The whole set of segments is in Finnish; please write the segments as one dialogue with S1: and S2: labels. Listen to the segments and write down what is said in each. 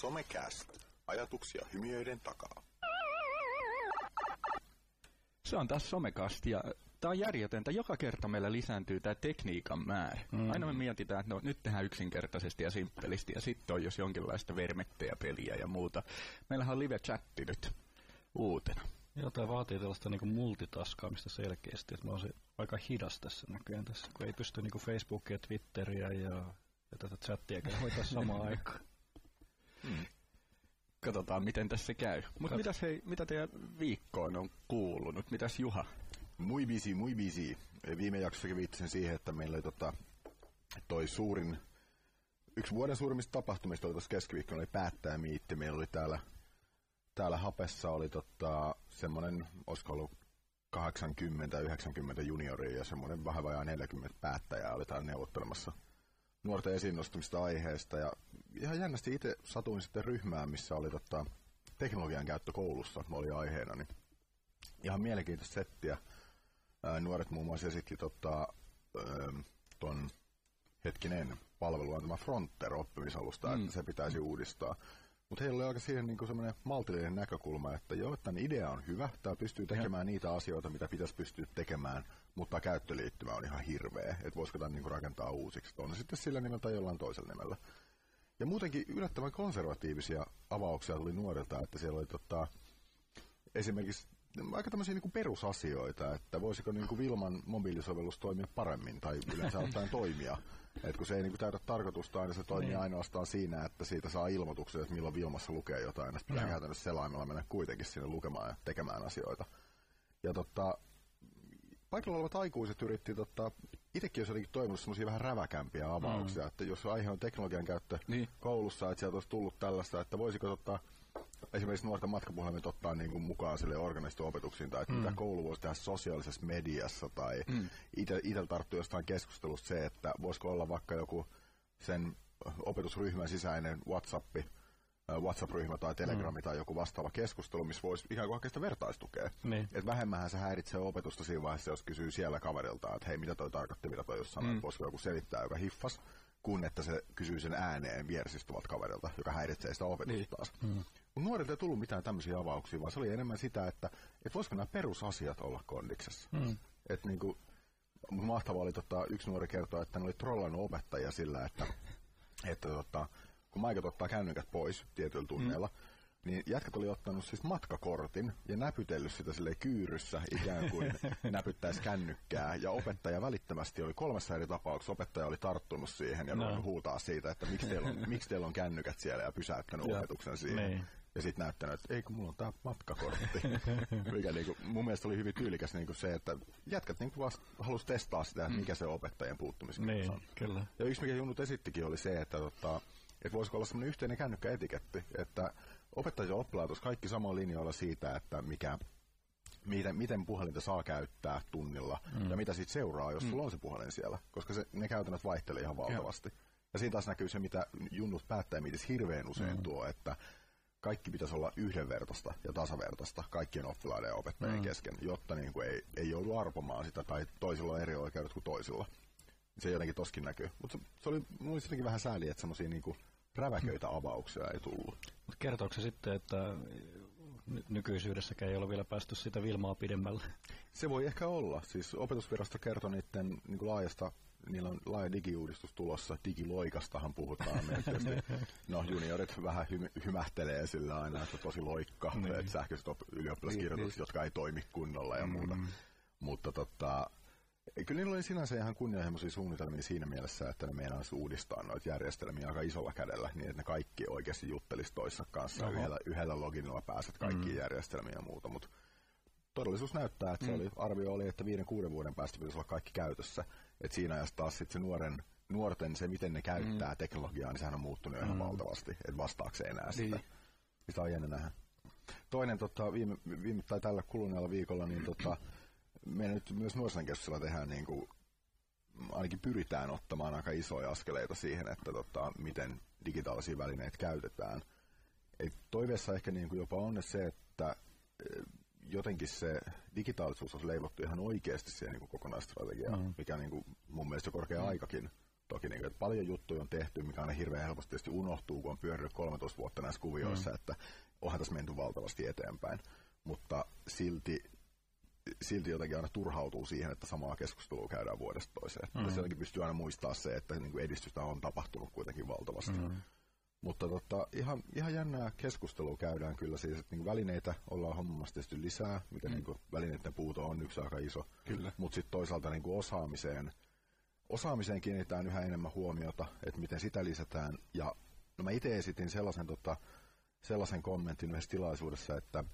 S1: Somecast. Ajatuksia hymiöiden takaa.
S2: Se on taas Somecast ja tää on järjetöntä. Joka kerta meillä lisääntyy tää tekniikan määrä. Aina me mietitään, että no, nyt tehdään yksinkertaisesti ja simppelisti ja sitten on jos jonkinlaista vermetteä peliä ja muuta. Meillähän on live-chatti nyt uutena.
S3: Joo, tämä vaatii tällaista niinku multitaskaamista selkeästi, että mä oon aika hidas tässä näköjään tässä, kun ei pysty niinku Facebookia, Twitteriä ja tätä chattiakaan hoitaa samaan aikaan.
S2: Katsotaan, miten tässä käy. Mutta mitä teidän viikkoon on kuulunut? Mitäs Juha?
S1: Muy busy. Viime jaksossakin viittasin siihen, että meillä oli toi yksi vuoden suurimmista tapahtumista oli tuossa keskiviikkona, oli päättäjämiitti. Meillä oli täällä Hapessa oli semmoinen, olisiko ollut 80-90 junioria ja semmoinen vähän vajaa 40 päättäjää oli täällä neuvottelemassa nuorten esiin nostamista aiheesta. Ja ihan jännästi itse satuin sitten ryhmään, missä oli teknologian käyttö koulussa, oli aiheena, niin ihan mielenkiintoista settiä. Nuoret muun muassa esitti ton palvelua tämä Fronter-oppimisalusta, että se pitäisi uudistaa. Mutta heillä oli aika siihen niin semmoinen maltillinen näkökulma, että joo, tämän idea on hyvä, tämä pystyy tekemään niitä asioita, mitä pitäisi pystyä tekemään, mutta käyttöliittymä on ihan hirveä, että voisiko tämän niin rakentaa uusiksi. On sitten sillä nimellä tai jollain toisella nimellä. Ja muutenkin yllättävän konservatiivisia avauksia tuli nuorilta, että siellä oli esimerkiksi aika tämmöisiä niin perusasioita, että voisiko niin Vilman mobiilisovellus toimia paremmin tai yleensä ottaen toimia. Että kun se ei täytä tarkoitusta, niin se toimii ainoastaan siinä, että siitä saa ilmoituksen, että milloin Vilmassa lukee jotain. Että pitää käytännössä selaimella mennä kuitenkin sinne lukemaan ja tekemään asioita. Ja paikalla olevat aikuiset yritti, itsekin olisi jotenkin toivonut semmoisia vähän räväkämpiä avauksia, että jos aihe on teknologian käyttö koulussa, että sieltä olisi tullut tällaista, että voisiko esimerkiksi nuorten matkapuhelimet ottaa niin kuin mukaan sille organisaatio-opetuksiin, tai että mitä koulu voisi tehdä sosiaalisessa mediassa, tai itsellä tarttuu jostain keskustelusta se, että voisiko olla vaikka joku sen opetusryhmän sisäinen WhatsApp-ryhmä tai Telegrami tai joku vastaava keskustelu, missä voisi ikään kuin hakea sitä vertaistukea. Että vähemmänhän se häiritsee opetusta siinä vaiheessa, jos kysyy siellä kaverilta, että hei, mitä toi tarkoitti, mitä toi jos sanoi, että voisiko joku selittää, joka hiffas, kun että se kysyy sen ääneen vieresistuvalta kaverilta, joka häiritsee sitä opetusta taas. Mutta nuorilta ei tullut mitään tämmöisiä avauksia, vaan se oli enemmän sitä, että voisiko nämä perusasiat olla kondiksessa. Että niinku, mahtavaa oli yksi nuori kertoa, että ne oli trollannut opettajia sillä, että kun Maikot ottaa kännykät pois tietyillä tunneilla, niin jätkät oli ottanut siis matkakortin ja näpytellyt sitä silleen kyyryssä, ikään kuin näpyttäisi kännykkää. Ja opettaja välittömästi oli 3 eri tapauksessa, opettaja oli tarttunut siihen ja ruvennut huutaa siitä, että miksi teillä on kännykät siellä ja pysäyttänyt opetuksen siihen. Ja sitten näyttänyt, että ei kun mulla on tää matkakortti. Mikä mun mielestä oli hyvin tyylikäs se, että jätkät vasta halusi testaa sitä, että mikä se opettajien puuttumiskynnys on.
S3: Kyllä.
S1: Ja yksi mikä Junnut esittikin oli se, että voisiko olla semmoinen yhteinen kännykkäetiketti, että opettajat ja oppilaitos kaikki samoilla linjoilla siitä, että miten puhelinta saa käyttää tunnilla ja mitä siitä seuraa, jos sulla on se puhelin siellä, koska ne käytännöt vaihtelee ihan valtavasti. Ja siinä taas näkyy se, mitä Junnut päättäjämiitissä hirveän usein tuo, että kaikki pitäisi olla yhdenvertaista ja tasavertaista kaikkien oppilaiden ja opettajien kesken, jotta ei joudu arpomaan sitä tai toisilla on eri oikeudet kuin toisilla. Se jotenkin toskin näkyy. Mutta se oli jotenkin vähän sääli, että semmoisia räväköitä avauksia ei tullut.
S3: Mutta kertooko se sitten, että nykyisyydessäkään ei ole vielä päästy sitä Vilmaa pidemmälle?
S1: Se voi ehkä olla. Siis opetusvirasto kertoi niiden niillä on laaja digiuudistus tulossa. Digiloikastahan puhutaan. No juniorit vähän hymähtelee sillä aina, että tosi loikka. Että sähköiset ylioppilaskirjoitukset, jotka ei toimi kunnolla ja muuta. Mutta kyllä niillä oli sinänsä ihan kunnianhimoisia suunnitelmia siinä mielessä, että ne meinaisi uudistaa noita järjestelmiä aika isolla kädellä, niin että ne kaikki oikeasti juttelisi toissa kanssa. Yhdellä loginilla pääset kaikkiin järjestelmiin ja muuta, mutta todellisuus näyttää, että arvio oli, että 5-6 vuoden päästä pitäisi olla kaikki käytössä. Että siinä ajassa taas sitten se nuorten se, miten ne käyttää teknologiaa, niin sehän on muuttunut ihan valtavasti, että vastaako se enää sitä. Sitä on jännä nähdä. Toinen viime tai tällä kuluneella viikolla, niin me nyt myös nuorisonkeskuksella tehdään ainakin pyritään ottamaan aika isoja askeleita siihen, että miten digitaalisia välineitä käytetään. Et toiveessa ehkä jopa on se, että jotenkin se digitaalisuus olisi leivottu ihan oikeasti siihen kokonaisstrategiaan, mikä mun mielestä korkea aikakin toki, niin, että paljon juttuja on tehty, mikä aina hirveän helposti tietysti unohtuu, kun on pyörinyt 13 vuotta näissä kuvioissa, että onhan tässä menty valtavasti eteenpäin, mutta silti jotenkin aina turhautuu siihen, että samaa keskustelua käydään vuodesta toiseen. Sielläkin pystyy aina muistamaan se, että niin kuin edistystä on tapahtunut kuitenkin valtavasti. Mutta ihan jännää keskustelua käydään kyllä siis, että niin välineitä ollaan hommamassa tietysti lisää, mikä niin välineiden puuto on yksi aika iso. Mutta sitten toisaalta niin osaamiseen kiinnitetään yhä enemmän huomiota, että miten sitä lisätään. Ja no mä itse esitin sellaisen kommentin yhdessä tilaisuudessa, että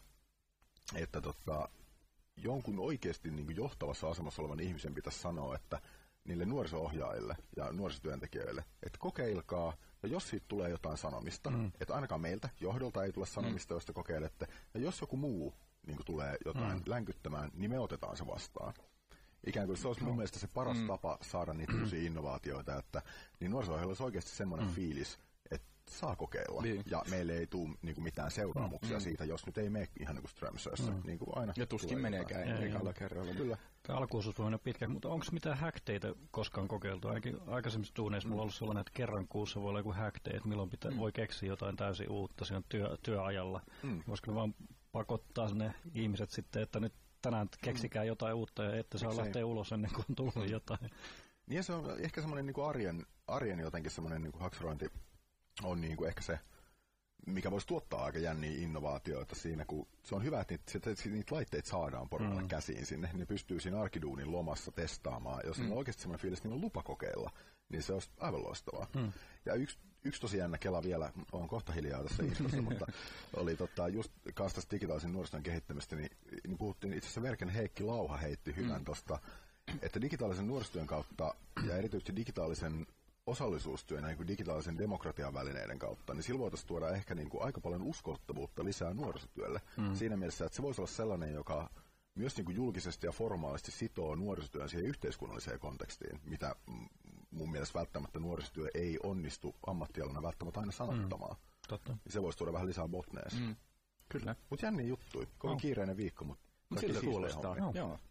S1: jonkun oikeasti niin johtavassa asemassa olevan ihmisen pitäisi sanoa, että niille nuoriso-ohjaajille ja nuorisotyöntekijöille, että kokeilkaa, ja jos siitä tulee jotain sanomista, että ainakaan meiltä johdolta ei tule sanomista, josta kokeilette, ja jos joku muu niin tulee jotain länkyttämään, niin me otetaan se vastaan. Ikään kuin se olisi mun mielestä se paras tapa saada niitä uusia innovaatioita, että niin nuoriso-ohjaajilla olisi oikeasti semmoinen fiilis, että saa kokeilla, ja meille ei tule niin mitään seuraamuksia siitä, jos nyt ei mene ihan niin kuin Strömsössä. Niin kuin aina
S2: ja tuskin meneekään ekalla kerralla.
S3: Kyllä. Tämä alkuosuus voi mennä pitkään, mutta onko mitään hack-teitä koskaan kokeiltu? Ainakin aikaisemmissa tuuneissa mulla on ollut sellainen, että kerran kuussa voi olla joku hack-day, että milloin voi keksiä jotain täysin uutta siinä työajalla. Voisiko vaan pakottaa ne ihmiset sitten, että nyt tänään keksikää jotain uutta ja ette saa lähteä ulos ennen kuin on tullut jotain.
S1: Niin se on ehkä semmoinen niin kuin arjen jotenkin semmoinen niin kuin hakserointi on niin kuin ehkä se, mikä voisi tuottaa aika jänniä innovaatioita siinä, kun se on hyvä, että niitä laitteita saadaan porukalle käsiin sinne, ne pystyy siinä arkiduunin lomassa testaamaan. Jos on oikeasti semmoinen fiilis, että niillä on lupa kokeilla, niin se olisi aivan loistavaa. Ja yksi tosi jännä kela vielä, on kohta hiljaa tässä infossa, mutta oli just kanssa tästä digitaalisen nuorisotyön kehittämistä, niin puhuttiin itse asiassa Verken Heikki Lauha heitti hyvän tosta, että digitaalisen nuorisotyön kautta ja erityisesti digitaalisen osallisuustyön ja niin digitaalisen demokratian välineiden kautta, niin sillä voitaisiin tuoda ehkä niin kuin aika paljon uskottavuutta lisää nuorisotyölle. Siinä mielessä, että se voisi olla sellainen, joka myös niin kuin julkisesti ja formaalisti sitoo nuorisotyön siihen yhteiskunnalliseen kontekstiin, mitä mun mielestä välttämättä nuorisotyö ei onnistu ammattialana välttämättä aina sanottamaan.
S3: Totta.
S1: Se voisi tuoda vähän lisää botneeseen.
S2: Kyllä.
S1: Mutta jänniä juttui. Kovin kiireinen viikko, mutta
S2: sillä kuulostaa. Joo.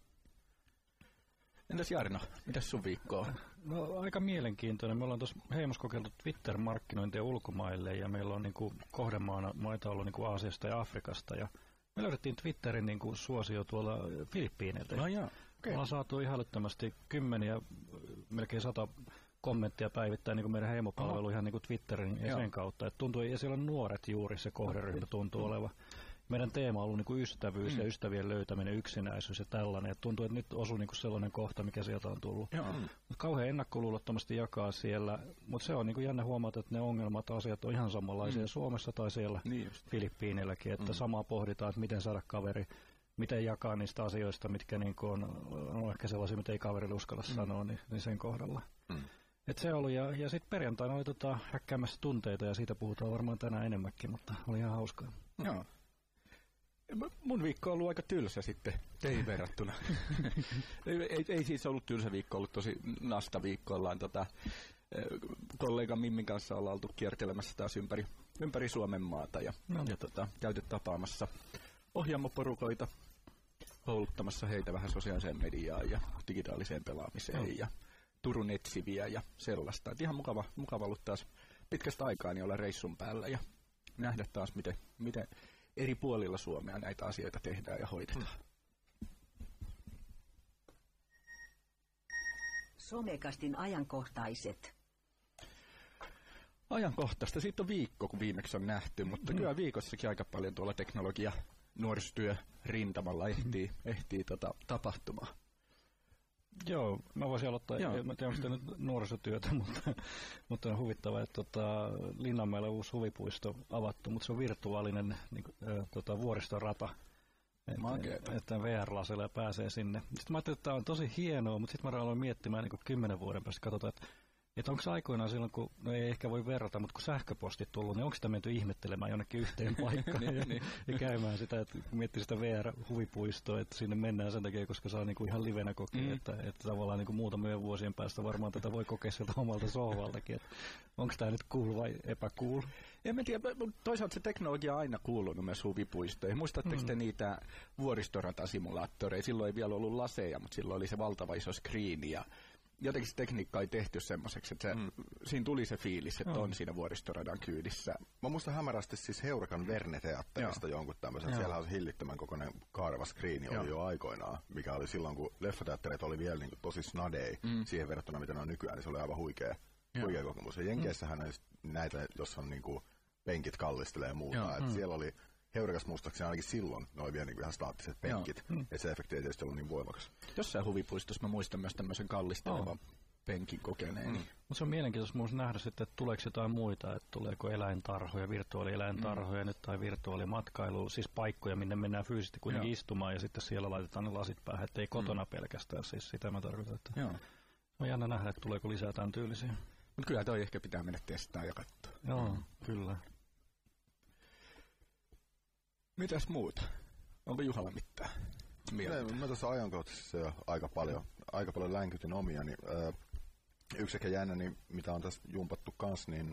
S2: Entäs Jarno, mitäs sun viikko on?
S3: No aika mielenkiintoinen. Me ollaan tuossa Heimossa kokeiltu Twitter-markkinointia ulkomaille ja meillä on niinku kohdemaana maita ollut niinku Aasiasta ja Afrikasta ja me löydettiin Twitterin niinku suosio tuolla Filippiineiltä.
S2: No joo.
S3: Me ollaan saatu ihan älyttömästi kymmeniä, melkein 100 kommenttia päivittäin niin kuin meidän heimopalvelu ihan niin kuin Twitterin ja sen kautta. Et tuntuu, ja siellä on nuoret juuri se kohderyhmä tuntuu olevan. Meidän teema on ollut niin kuin ystävyys ja ystävien löytäminen, yksinäisyys ja tällainen. Et tuntuu, että nyt osuu niin kuin sellainen kohta, mikä sieltä on tullut. Mut kauhean ennakkoluulottomasti jakaa siellä, mutta se on niin kuin jännä huomata, että ne ongelmat, asiat on ihan samanlaisia Suomessa tai siellä Filippiineilläkin. Että samaa pohditaan, että miten saada kaveri, miten jakaa niistä asioista, mitkä niin kuin on ehkä sellaisia, mitä ei kaverille uskalla sanoa, niin sen kohdalla. Et se oli, ja sitten perjantaina oli häkkäämässä tunteita, ja siitä puhutaan varmaan tänään enemmänkin, mutta oli ihan hauskaa.
S2: Joo. Mun viikko on ollut aika tylsä sitten teihin verrattuna. ei siis ollut tylsä viikko, ollut tosi nasta viikko. Ollaan kollega Mimmin kanssa ollaan oltu kiertelemässä taas ympäri Suomen maata ja käyty tapaamassa ohjaamoporukoita, kouluttamassa heitä vähän sosiaaliseen mediaan ja digitaaliseen pelaamiseen ja Turun etsiviä ja sellaista. Et ihan mukava ollut taas pitkästä aikaa niin olla reissun päällä ja nähdä taas, miten eri puolilla Suomea näitä asioita tehdään ja hoidetaan.
S4: Somekastin ajankohtaiset.
S2: Ajankohtaista. Siitä on viikko, kun viimeksi on nähty, mutta kyllä viikossakin aika paljon tuolla teknologia nuorisotyö rintamalla ehtii tapahtumaan.
S3: Joo, mä voisin aloittaa, en tiedä onko sitä nyt nuorisotyötä, mutta on huvittavaa, että Linnanmäellä uusi huvipuisto avattu, mutta se on virtuaalinen vuoristorata, että VR-laseilla pääsee sinne. Sitten mä ajattelin, että tämä on tosi hienoa, mutta sitten mä aloin miettimään niin 10 vuoden päästä, katsotaan, että onko se aikoinaan silloin, kun, no ei ehkä voi verrata, mutta kun sähköpostit tullut, niin onko sitä menty ihmettelemään jonnekin yhteen paikkaan ja käymään sitä, että miettii sitä VR-huvipuistoa, että sinne mennään sen takia, koska saa niinku ihan livenä kokea, että tavallaan niinku muutamien vuosien päästä varmaan tätä voi kokea sieltä omalta sohvaltakin, että onko tämä nyt cool vai epäcool?
S2: En mä tiedä, toisaalta se teknologia on aina kuulunut myös huvipuistoihin. Muistatteko te niitä vuoristoratasimulaattoreja? Silloin ei vielä ollut laseja, mutta silloin oli se valtava iso screen ja jotenkin se tekniikka ei tehty semmoiseksi, että siinä tuli se fiilis, että on siinä vuoristoradan kyydissä.
S1: Mä muistan hämärästi siis Heurakan Verne-teatterista jonkun tämmöisen. Siellä on se hillittömän kokoinen kaareva skriini oli jo aikoinaan, mikä oli silloin, kun leffateatterit oli vielä niin kuin tosi snadei siihen verrattuna, mitä ne on nykyään, niin se oli aivan huikea kokemus. Ja Jenkeissähän näitä, jos on niin kuin penkit kallistelee ja muuta, että siellä oli Heurakas muistaakseni ainakin silloin ne oli vielä niin kuin ihan staattiset penkit, että se efekti ei tietysti ollut niin voimakas.
S2: Jossain huvipuistossa mä muistan myös tämmöisen kallistelevan penkin kokeneeni.
S3: Mutta se on mielenkiintoista myös nähdä sitten, että tuleeko jotain muita, että tuleeko eläintarhoja, virtuaalieläintarhoja nyt tai virtuaalimatkailu, siis paikkoja, minne mennään fyysisesti kuitenkin istumaan ja sitten siellä laitetaan ne lasit päähän, ettei kotona pelkästään, siis sitä mä tarkoitan. Että on jännä nähdä, että tuleeko lisää tämän tyylisiä.
S2: Mutta kyllä toi ehkä pitää mennä testaa ja katsoa.
S3: Joo, kyllä.
S2: Mitäs muuta? Onko Juhalla mitään?
S1: Mä tuossa ajankohtaisessa jo aika paljon länkytin omia, niin yksi ehkä jännä, niin mitä on tässä jumpattu kans, niin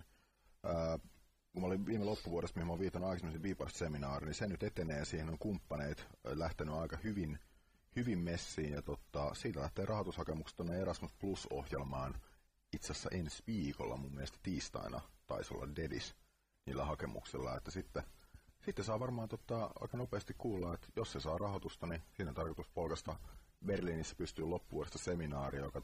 S1: kun mä olin viime loppuvuodesta, mihin mä oon viitannut aikaisemmin Beepast-seminaari, niin se nyt etenee ja siihen on kumppaneit lähtenyt aika hyvin messiin ja siitä lähtee rahoitushakemukset tuonne Erasmus Plus-ohjelmaan itse asiassa ensi viikolla, mun mielestä tiistaina taisi olla Dedis niillä hakemuksilla, että sitten saa varmaan aika nopeasti kuulla, että jos se saa rahoitusta, niin siinä on tarkoitus polkasta Berliinissä pystyy loppuvuodesta seminaari, joka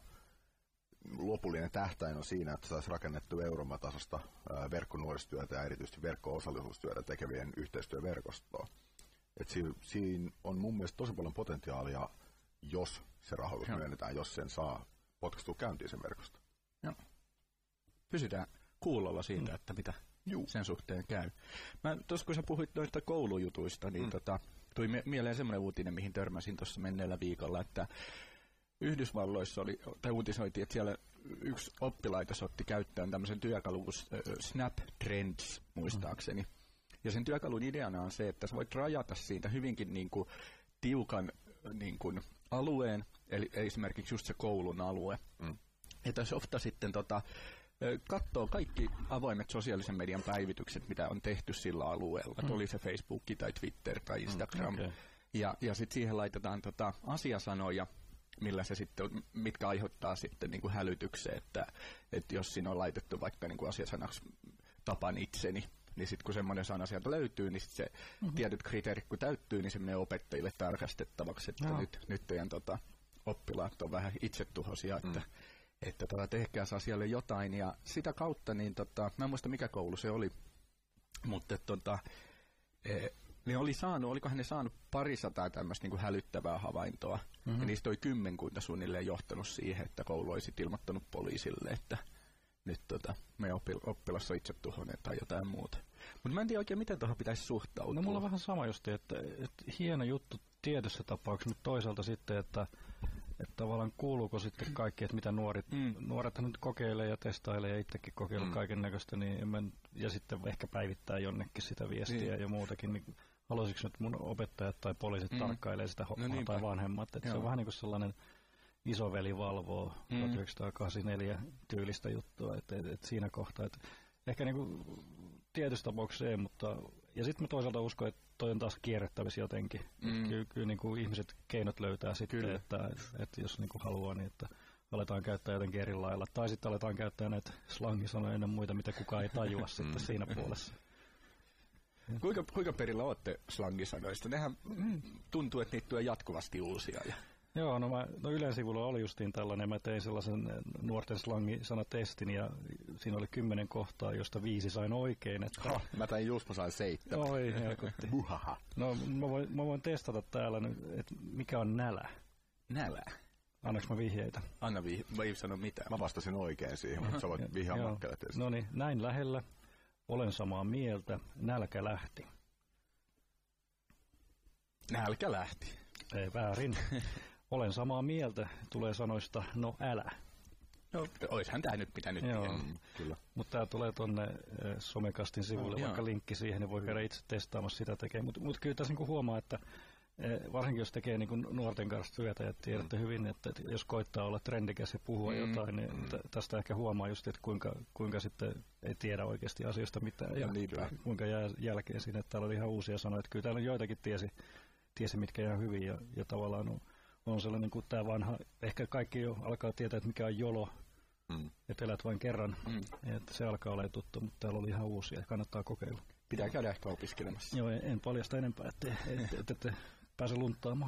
S1: lopullinen tähtäin on siinä, että saisi rakennettua Euroopan-tasosta verkkonuorisotyötä ja erityisesti verkko-osallisuustyötä tekevien yhteistyöverkostoa. Siinä on mun mielestä tosi paljon potentiaalia, jos se rahoitus myönnetään, jos sen saa potkastua käyntiin sen verkosta.
S2: Joo. Pysytään kuulolla siitä, että mitä sen suhteen käy. Tuossa kun sä puhuit noista koulujutuista, niin tuli mieleen semmoinen uutinen, mihin törmäsin tuossa menneellä viikolla, että Yhdysvalloissa uutisoitiin, että siellä yksi oppilaitos otti käyttöön tämmöisen työkalun Snap Trends, muistaakseni. Ja sen työkalun ideana on se, että sä voit rajata siitä hyvinkin niin kuin tiukan niin kuin alueen, eli esimerkiksi just se koulun alue. Että softa sitten katsoo kaikki avoimet sosiaalisen median päivitykset, mitä on tehty sillä alueella. Oli se Facebook tai Twitter tai Instagram. Ja sitten siihen laitetaan asiasanoja, millä se sitten, mitkä aiheuttaa sitten niin kuin hälytykseen, että jos siinä on laitettu vaikka niin kuin asiasanaksi tapan itseni, niin sitten kun semmoinen sana sieltä löytyy, niin sit se tietyt kriteerit kun täyttyy, niin se menee opettajille tarkastettavaksi, että nyt teidän oppilaat on vähän itsetuhoisia, että tehkääs asialle jotain, ja sitä kautta, niin mä en muista mikä koulu se oli, mutta ne oli saanut, olikohan ne saanut 200 tämmöistä niin hälyttävää havaintoa, ja niistä oli 10 suunnilleen johtanut siihen, että koulu olisi ilmoittanut poliisille, että nyt meidän oppilas on itsetuhoinen tai jotain muuta. Mutta mä en tiedä oikein, miten tuohon pitäisi suhtautua.
S3: No mulla on vähän sama just, että hieno juttu tietyssä tapauksessa, mutta toisaalta sitten, että tavallaan kuuluuko sitten kaikki, että mitä nuorethan nyt kokeilee ja testailee ja itsekin kokeilee kaiken näköistä, niin ja sitten ehkä päivittää jonnekin sitä viestiä ja muutakin, niin haluaisiko nyt mun opettajat tai poliisit tarkkailee sitä hommaa tai vanhemmat, että se on vähän niin kuin sellainen isoveli valvoo 1984 tyylistä juttua, että siinä kohtaa, että ehkä niin kuin tietyssä tapauksessa ei, mutta ja sitten mä toisaalta uskon, että toi on taas kierrettävissä jotenkin. Kyllä niin kuin ihmiset keinot löytää sitten, että jos niin kuin haluaa, niin että aletaan käyttää jotenkin eri lailla. Tai sitten aletaan käyttää näitä slangisanoja ja muita, mitä kukaan ei tajua sitten siinä puolessa.
S2: Kuinka perillä olette slangisanoista? Nehän tuntuu, että niitä tulee jatkuvasti uusia.
S3: Joo, no Ylen sivulla oli justiin tällainen, mä tein sellaisen nuorten slangisanatestin ja siinä oli 10 kohtaa, josta 5 sain oikein. Että
S1: mä sain 7.
S3: Oi, helkutti. No mä voin testata täällä, että mikä on nälä.
S2: Nälä?
S3: Annaks mä vihjeitä?
S2: Anna mä ei sano mitään.
S1: Mä vastasin oikein siihen, mutta sä voit vihjaa matkelle tietysti.
S3: No niin, näin lähellä. Olen samaa mieltä. Nälkä lähti.
S2: Nälkä lähti.
S3: Ei väärin. Olen samaa mieltä, tulee sanoista no älä.
S2: No, oishan tää nyt pitänyt
S3: kyllä. Mutta tää tulee tonne Somekastin sivuille, vaikka linkki siihen, niin voi käydä itse testaamassa sitä tekemään. Mutta kyllä tässä niinku huomaa, että varsinkin jos tekee niinku nuorten kanssa työtä ja tiedätte hyvin, että jos koittaa olla trendikäs ja puhua jotain, niin tästä ehkä huomaa just, että kuinka sitten ei tiedä oikeasti asioista mitään ja kuinka jää jälkeen siinä, että täällä oli ihan uusia sanoja. Että kyllä täällä joitakin tiesi mitkä jää hyvin ja tavallaan on sellainen kuin tämä vanha, ehkä kaikki jo alkaa tietää, että mikä on YOLO, että elät vain kerran, että se alkaa olla tuttu, mutta täällä oli ihan uusia, kannattaa kokeilla.
S2: Pitää käydä ehkä opiskelemassa.
S3: Joo, en paljasta enempää, ette pääse lunttaamaan.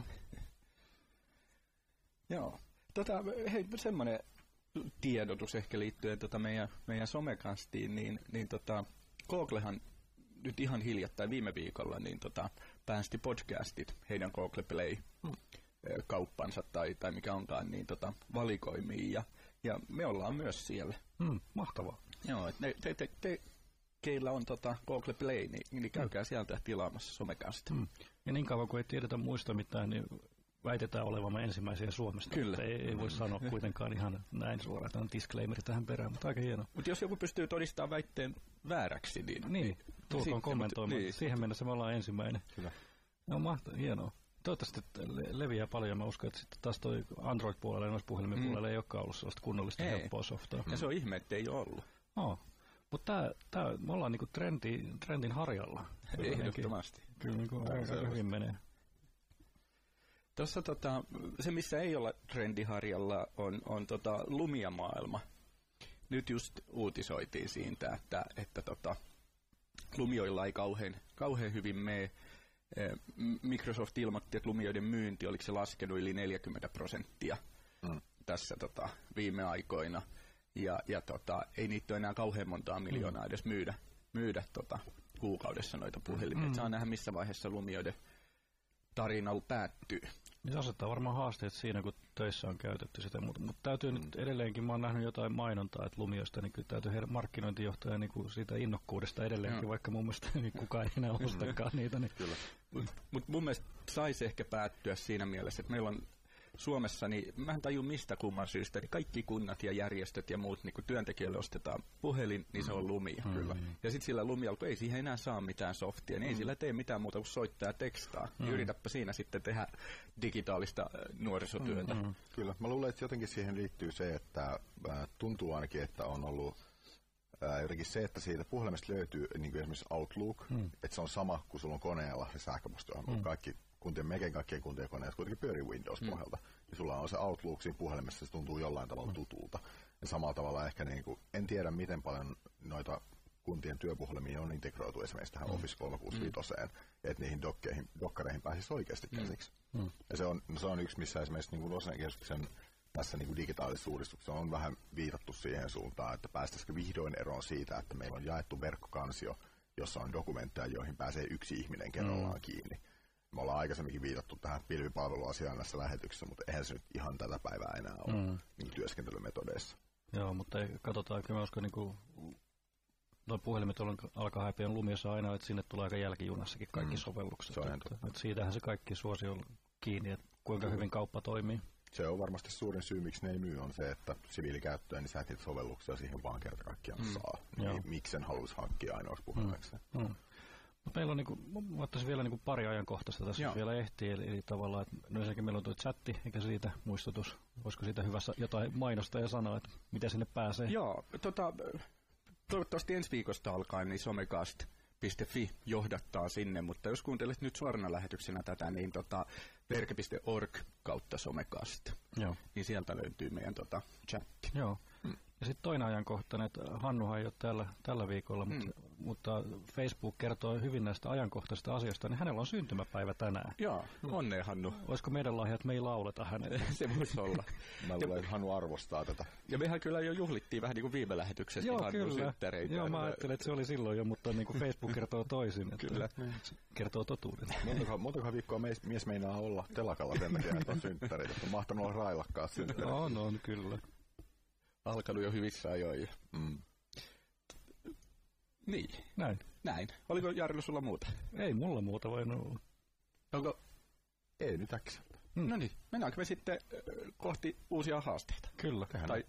S2: Joo. Hei, semmoinen tiedotus ehkä liittyen meidän somekastiin, niin Googlehan nyt ihan hiljattain viime viikolla niin päästi podcastit heidän Google Play kauppansa tai mikä onkaan niin valikoimiin ja me ollaan myös siellä.
S3: Mahtavaa.
S2: Joo, että keillä on Google Play, niin käykää sieltä tilaamassa somekastia.
S3: Ja niin kauan kuin ei tiedetä muista mitään, niin väitetään olevamme ensimmäisiä Suomesta.
S2: Kyllä.
S3: Ei voi sanoa kuitenkaan ihan näin suoraan, että on disclaimer tähän perään, mutta aika hienoa.
S2: Mutta jos joku pystyy todistamaan väitteen vääräksi, niin
S3: tulkoon kommentoimaan.
S2: Niin.
S3: Siihen mennessä me ollaan ensimmäinen.
S1: Kyllä.
S3: No hienoa. Toivottavasti leviää paljon. Mä uskon, että sitten taas toi Android-puolella ja noissa puhelimen puolella ei olekaan ollut sellaista kunnollista helppoa softaa.
S2: Ja se on ihme, että ei ole ollut.
S3: Mutta me ollaan niinku trendin harjalla.
S2: Ehdottomasti.
S3: Kyllä niinku aika hyvin menee.
S2: Tuossa se, missä ei olla trendiharjalla, on Lumia-maailma. Nyt just uutisoitiin siitä, että Lumioilla ei kauhean hyvin mene. Microsoft ilmoitti, että Lumioiden myynti oliko se laskenut yli 40% tässä viime aikoina. Ja ei niitä ole enää kauhean montaa miljoonaa edes myydä kuukaudessa noita puhelimia. Saa nähdä, missä vaiheessa Lumioiden tarina päättyy.
S3: Se asettaa varmaan haasteet siinä, kun töissä on käytetty sitä, mutta täytyy nyt edelleenkin, mä oon nähnyt jotain mainontaa, että Lumioista, niin kyllä täytyy heidän markkinointijohtaja niin siitä innokkuudesta edelleenkin, vaikka mun mielestä niin kukaan ei enää ostakaan niitä. Niin.
S2: Mutta mun mielestä saisi ehkä päättyä siinä mielessä, että meillä on Suomessa, niin mä en tajua mistä kumman syystä, niin kaikki kunnat ja järjestöt ja muut, niin kun työntekijöille ostetaan puhelin, niin se on Lumia. Kyllä. Ja sitten sillä Lumialla, kun ei siihen enää saa mitään softia, niin ei sillä tee mitään muuta kuin soittaa ja tekstaa. Yritäpä siinä sitten tehdä digitaalista nuorisotyötä.
S1: Kyllä. Mä luulen, että jotenkin siihen liittyy se, että tuntuu ainakin, että on ollut jotenkin se, että siitä puhelimesta löytyy niin kuin esimerkiksi Outlook, että se on sama kuin sulla on koneella se sähköpostiohjelma. Kaikkien kuntien koneet kuitenkin pyörii Windows-pohjalta. Ja sulla on se Outlook siinä puhelimessa, se tuntuu jollain tavalla tutulta. Ja samalla tavalla ehkä, niin kuin, en tiedä miten paljon noita kuntien työpuhelimia on integroitu esimerkiksi tähän Office 365, että niihin dokkareihin pääsisi oikeasti käsiksi. Ja se on yksi, missä esimerkiksi niin Rosen-keskuksen tässä niin kuin digitaalisessa uudistuksessa on vähän viitattu siihen suuntaan, että päästäisikö vihdoin eroon siitä, että meillä on jaettu verkkokansio, jossa on dokumentteja, joihin pääsee yksi ihminen kerrallaan kiinni. Me ollaan aikaisemminkin viitattu tähän pilvipalveluasiaan näissä lähetyksissä, mutta eihän se nyt ihan tätä päivää enää ole niin työskentelymetodeissa.
S3: Joo, mutta katsotaan, kyllä mä uskon, niin nuo puhelimet alkaa häpeä Lumiossa aina, että sinne tulee aika jälkijunassakin kaikki sovellukset. Että siitähän se kaikki suosio on kiinni, että kuinka hyvin kauppa toimii. Se
S1: on varmasti suurin syy, miksi ne ei myy, on se, että siviilikäyttöön niin sä et sovelluksia siihen vaan kerta kaikkiaan saa. Miksi sen haluaisi hankkia ainoaksi puhelimeksi?
S3: Mutta meillä on ottaisin vielä pari ajankohtaista tässä vielä ehtii, eli tavallaan, että ensinnäkin meillä on tuo chatti, eikä siitä muistutus, olisiko siitä hyvä jotain mainosta ja sanoa, että miten sinne pääsee?
S2: Joo, toivottavasti ensi viikosta alkaen niin somecast.fi johdattaa sinne, mutta jos kuuntelet nyt suorana lähetyksenä tätä, niin verke.org kautta somecast, niin sieltä löytyy meidän chatti.
S3: Joo. Ja sitten toinen ajankohtainen, että Hannuhan ei ole tällä viikolla, mutta Facebook kertoo hyvin näistä ajankohtaisista asioista, niin hänellä on syntymäpäivä tänään.
S2: Joo, onnea Hannu.
S3: Olisiko meidän lahja, että me ei lauleta hänelle?
S2: Se voisi olla.
S1: Mä luulen, että Hannu arvostaa tätä.
S2: Ja mehän kyllä jo juhlittiin vähän niin kuin viime lähetyksessä Hannun synttäreitä.
S3: Joo, mä ajattelin, että se oli silloin jo, mutta niin kuin Facebook kertoo toisin. Että
S2: kyllä.
S3: Kertoo totuuden.
S1: Montako viikkoa mies meinaa olla telakalla sen takia, että on synttäreitä. On mahtanut olla railakkaat synttäreitä.
S3: On kyllä.
S2: Alkanut jo hyvissä ajoin. Niin. Näin. Oliko Jarilla sulla muuta?
S3: Ei mulla muuta vain ollut.
S2: Onko?
S1: Ei nyt äkkiä.
S2: No niin, mennäänkö me sitten kohti uusia haasteita?
S3: Kyllä.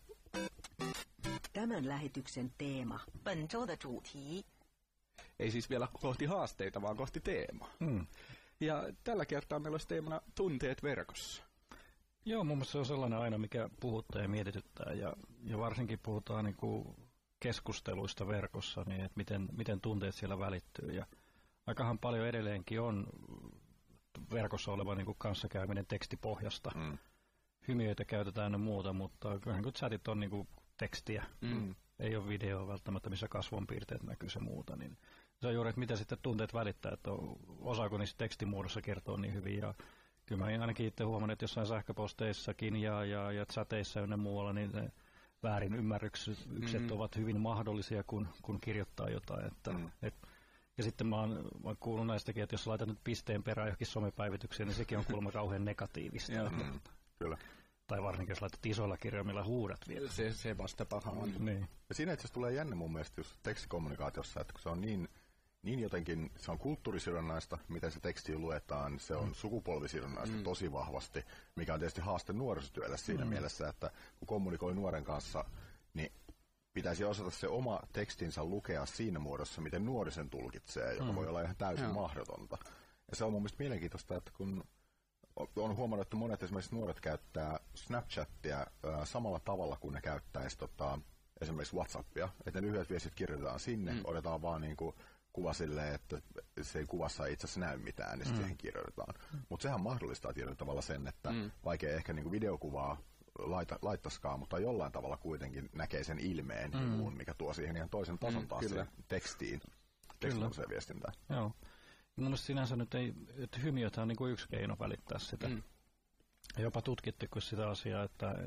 S4: Tämän lähetyksen teema.
S5: 本周的主题
S2: ei siis vielä kohti haasteita, vaan kohti teemaa. Ja tällä kertaa meillä olisi teemana tunteet verkossa.
S3: Joo, mun mielestä se on sellainen aina, mikä puhuttaa ja mietityttää. Ja varsinkin puhutaan niin kuin keskusteluista verkossa, niin että miten tunteet siellä välittyy. Ja aikahan paljon edelleenkin on verkossa oleva niin kuin kanssakäyminen tekstipohjasta. Hymiöitä käytetään ja muuta, mutta kyllähän kun chatit on niin kuin tekstiä. Ei ole videoa välttämättä, missä kasvonpiirteet näkyy ja muuta. Niin se on juuri, että mitä sitten tunteet välittää, että osaako niissä tekstimuodossa kertoo niin hyvin. Ja kyllä mä ainakin itse huomannut, että jossain sähköposteissakin ja chateissa ja muualla, niin väärin ymmärrykset ovat hyvin mahdollisia, kun kirjoittaa jotain. Ja sitten mä oon kuullut näistäkin, että jos laitat nyt pisteen perään johonkin somepäivitykseen, niin sekin on kuulemma kauhean negatiivista.
S1: Kyllä.
S3: Tai varsinkin jos laitat isoilla kirjaimilla huudat vielä.
S2: Se vasta paha on.
S3: Niin.
S1: Ja siinä itse asiassa tulee jännä mun mielestä just tekstikommunikaatiossa, että kun se on niin jotenkin, se on kulttuurisidonnaista, miten se teksti luetaan, se on sukupolvisidonnaista tosi vahvasti, mikä on tietysti haaste nuorisotyölle siinä mielessä, että kun kommunikoi nuoren kanssa, niin pitäisi osata se oma tekstinsä lukea siinä muodossa, miten nuori sen tulkitsee, joka voi olla ihan täysin mahdotonta. Ja se on mun mielestä mielenkiintoista, että kun on huomannut, että monet esimerkiksi nuoret käyttää Snapchatia samalla tavalla kuin ne käyttäisi esimerkiksi WhatsAppia, että ne lyhyet viestit kirjoitetaan sinne, otetaan vaan niinku kuva silleen, että se ei kuvassa itse asiassa näy mitään, niin siihen kirjoitetaan. Mutta sehän mahdollistaa tietyllä tavalla sen, että vaikea ehkä niinku videokuvaa laittaisikaan, mutta jollain tavalla kuitenkin näkee sen ilmeen ja muun, mikä tuo siihen ihan toisen tason taas tekstiin, tekstimuotoiseen viestintään.
S3: Joo. Mun mielestä sinänsä nyt ei, että hymiötä on niin kuin yksi keino välittää sitä. Ja jopa tutkitteko sitä asiaa,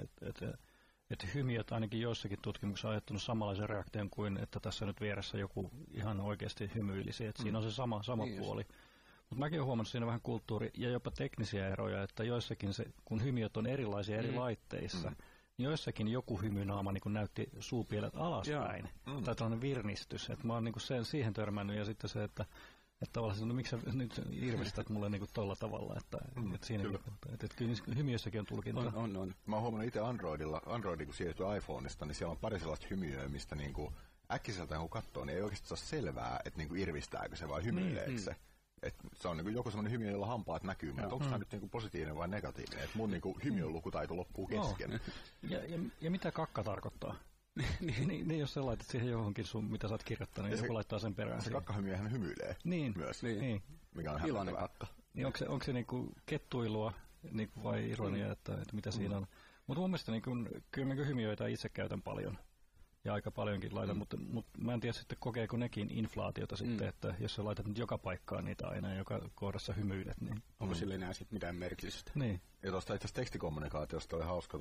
S3: että hymiöt ainakin joissakin tutkimuksissa on aiheuttanut samanlaisen reaktion kuin, että tässä nyt vieressä joku ihan oikeasti hymyilisi. Että siinä on se sama puoli. Mutta mäkin olen huomannut siinä vähän kulttuuri- ja jopa teknisiä eroja, että joissakin kun hymiöt on erilaisia eri laitteissa, niin joissakin joku hymynaama niin näytti suupielet alaspäin. Tai tällainen virnistys. Että mä oon niin siihen törmännyt ja sitten se, että tavallaan, no miksi sä nyt irvistät mulle niinku tolla tavalla, että siinäkin, että kyllä hymiössäkin on tulkinta.
S1: On. Mä oon huomannut itse Androidin, kun siirtyy iPhoneista, niin siellä on pari sellaista hymyöä, mistä niinku äkkiseltä kun katsoo, niin ei oikeasti saa selvää, että niinku irvistääkö se vai hymyileekö se. Et se on niinku joku semmoinen hymiö, jolla hampaat näkyy, mutta onko tämä nyt niinku positiivinen vai negatiivinen, että mun niinku hymiön lukutaito loppuu kesken.
S3: Ja mitä kakka tarkoittaa? niin, jos sä laitat siihen johonkin mitä sä oot kirjoittanut, niin joku laittaa sen perään.
S1: Se kakkahymiöhän hymyilee myös, mikä on
S2: iloinen kakka.
S3: Niin onko se niinku kettuilua niinku vai ironia, että mitä siinä on? Mutta mun mielestä niinku, kyllä hymiöitä itse käytän paljon. Ja aika paljonkin laitan, mutta mä en tiedä sitten kokeeko nekin inflaatiota sitten, että jos sä laitat nyt joka paikkaan niitä aina ja joka kohdassa hymyilet, niin
S2: onko sille enää sitten mitään merkitystä?
S3: Niin.
S1: Ja tuosta itse asiassa tekstikommunikaatiosta oli hauska,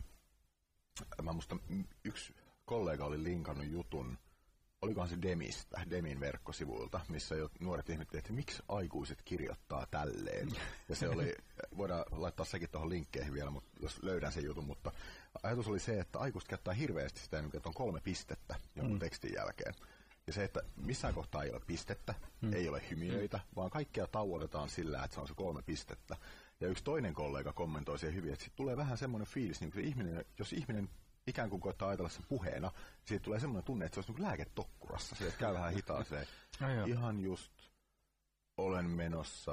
S1: mä musta yksi kollega oli linkannut jutun, olikohan se Demin verkkosivuilta, missä jo nuoret ihmettelivät, että miksi aikuiset kirjoittaa tälleen. Ja se oli, voidaan laittaa sekin tuohon linkkeihin vielä, jos löydän sen jutun, mutta ajatus oli se, että aikuiset käyttää hirveästi sitä, että on 3 pistettä jonkun tekstin jälkeen. Ja se, että missään kohtaa ei ole pistettä, ei ole hymiöitä, vaan kaikkea tauotetaan sillä, että se on se 3 pistettä. Ja yksi toinen kollega kommentoi siihen hyvin, että siitä tulee vähän semmoinen fiilis, niin kuin jos ihminen ikään kuin koittaa ajatella sen puheena, siitä tulee semmoinen tunne, että se olisi niin lääketokkurassa. Se käy vähän hitaaseen. Ihan just olen menossa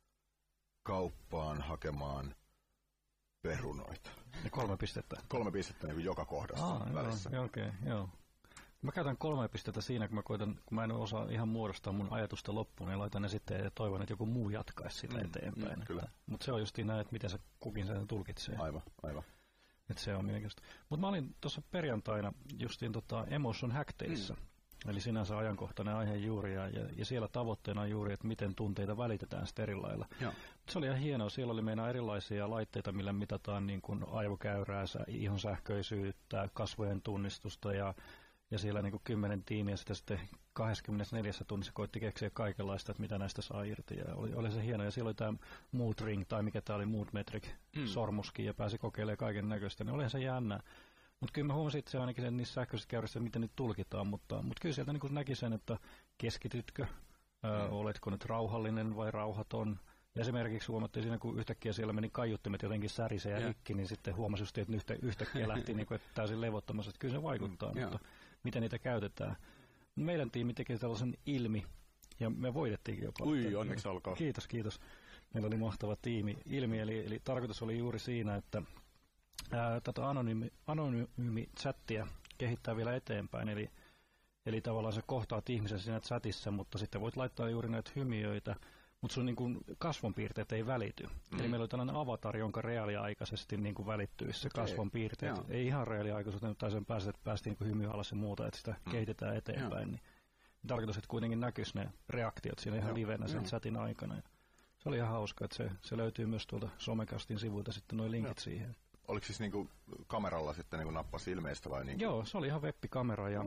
S1: kauppaan hakemaan perunoita.
S3: Ja 3 pistettä?
S1: 3 pistettä niin kuin joka kohdassa välissä.
S3: Joo. Mä käytän 3 pistettä siinä, kun mä en osaa ihan muodostaa mun ajatusta loppuun, niin laitan ne sitten ja toivon, että joku muu jatkaisi sitä eteenpäin. Mutta se on just näin, että miten se kukin sen tulkitsee.
S1: Aivan.
S3: Että se on mielenkiintoista. Mutta mä olin tuossa perjantaina justiin Emotion Hack Dayssä, eli sinänsä ajankohtainen aihe juuri, ja siellä tavoitteena on juuri, että miten tunteita välitetään sitten eri lailla. Se oli ihan hienoa. Siellä oli meidän erilaisia laitteita, millä mitataan niin kuin aivokäyrää, ihon sähköisyyttä, kasvojen tunnistusta ja siellä niin kuin 10 tiimiä sitä sitten 24 tunnissa koitti keksiä kaikenlaista, että mitä näistä saa irti. Ja oli se hieno. Ja siellä oli tämä Mood Ring, tai mikä tämä oli, Mood Metric, sormuskin, ja pääsi kokeilemaan kaiken näköistä. Niin olihan se jännä. Mutta kyllä mä huomasin itse ainakin niissä sähköisissä käyrissä, miten niitä tulkitaan. Mutta kyllä sieltä niin näki sen, että keskitytkö, oletko nyt rauhallinen vai rauhaton. Ja esimerkiksi huomattiin siinä, kun yhtäkkiä siellä meni kaiuttimet jotenkin särisee ja rikki, niin sitten huomasi just, että yhtäkkiä lähti niin kuin, että täysin levottomassa. Että kyllä se vaikuttaa, mutta miten niitä käytetään. Meidän tiimi teki tällaisen ilmi, ja me voitettiinkin jopa.
S2: Onneksi olkoon.
S3: Kiitos. Meillä oli mahtava tiimi ilmi, eli tarkoitus oli juuri siinä, että tätä anonyymi chattia kehittää vielä eteenpäin, eli tavallaan sä kohtaat ihmisen siinä chatissa, mutta sitten voit laittaa juuri näitä hymiöitä, mutta sun niin kuin kasvonpiirteet ei välity. Eli meillä oli tällainen avatar, jonka reaaliaikaisesti niin kuin välittyisi se kasvonpiirteet. Ei ihan reaaliaikaisesti, tai sen päästiin niin hymy alas ja muuta, että sitä kehitetään eteenpäin. Niin tarkoitus, että kuitenkin näkyisi ne reaktiot siinä ihan livenä sen chatin aikana. Ja se oli ihan hauska, että se löytyy myös tuolta Somecastin sivuilta sitten nuo linkit siihen.
S1: Oliko siis niinku kameralla sitten niinku nappasi ilmeistä vai niinku?
S3: Joo, se oli ihan web-kamera ja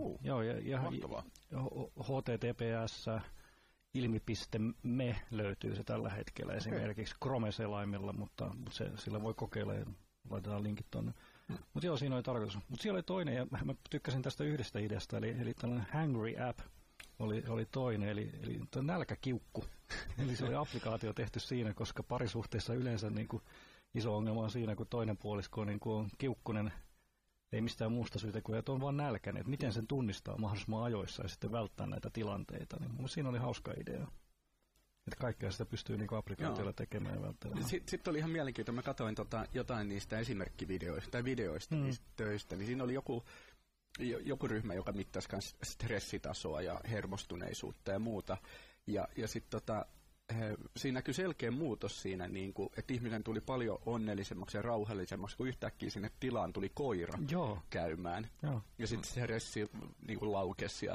S3: HTTPS ilmi.me löytyy se tällä hetkellä esimerkiksi Chrome-selaimella, mutta sillä voi kokeilla ja laitetaan linkit tuonne. Mutta joo, siinä oli tarkoitus. Mutta siellä oli toinen ja mä tykkäsin tästä yhdestä ideasta, eli tällainen Hangry App oli toinen, eli nälkäkiukku. Eli se oli applikaatio tehty siinä, koska parisuhteessa yleensä niin kuin iso ongelma on siinä, kun toinen puolisko niin kuin on kiukkunen, ei mistään muusta syytä kuin, että on vaan nälkäinen. Että miten sen tunnistaa mahdollisimman ajoissa ja sitten välttää näitä tilanteita. Niin siinä oli hauska idea. Että kaikkea sitä pystyy niin applikaatiolla tekemään ja välttämään.
S2: Sitten oli ihan mielenkiintoinen. Mä katsoin jotain niistä esimerkkivideoista tai videoista niistä töistä. Niin siinä oli joku ryhmä, joka mittasi myös stressitasoa ja hermostuneisuutta ja muuta. Ja sitten siinä näkyi selkeä muutos siinä, niin kuin, että ihminen tuli paljon onnellisemmaksi ja rauhallisemmaksi, kun yhtäkkiä sinne tilaan tuli koira käymään. Ja sitten se stressi niin kuin laukesi.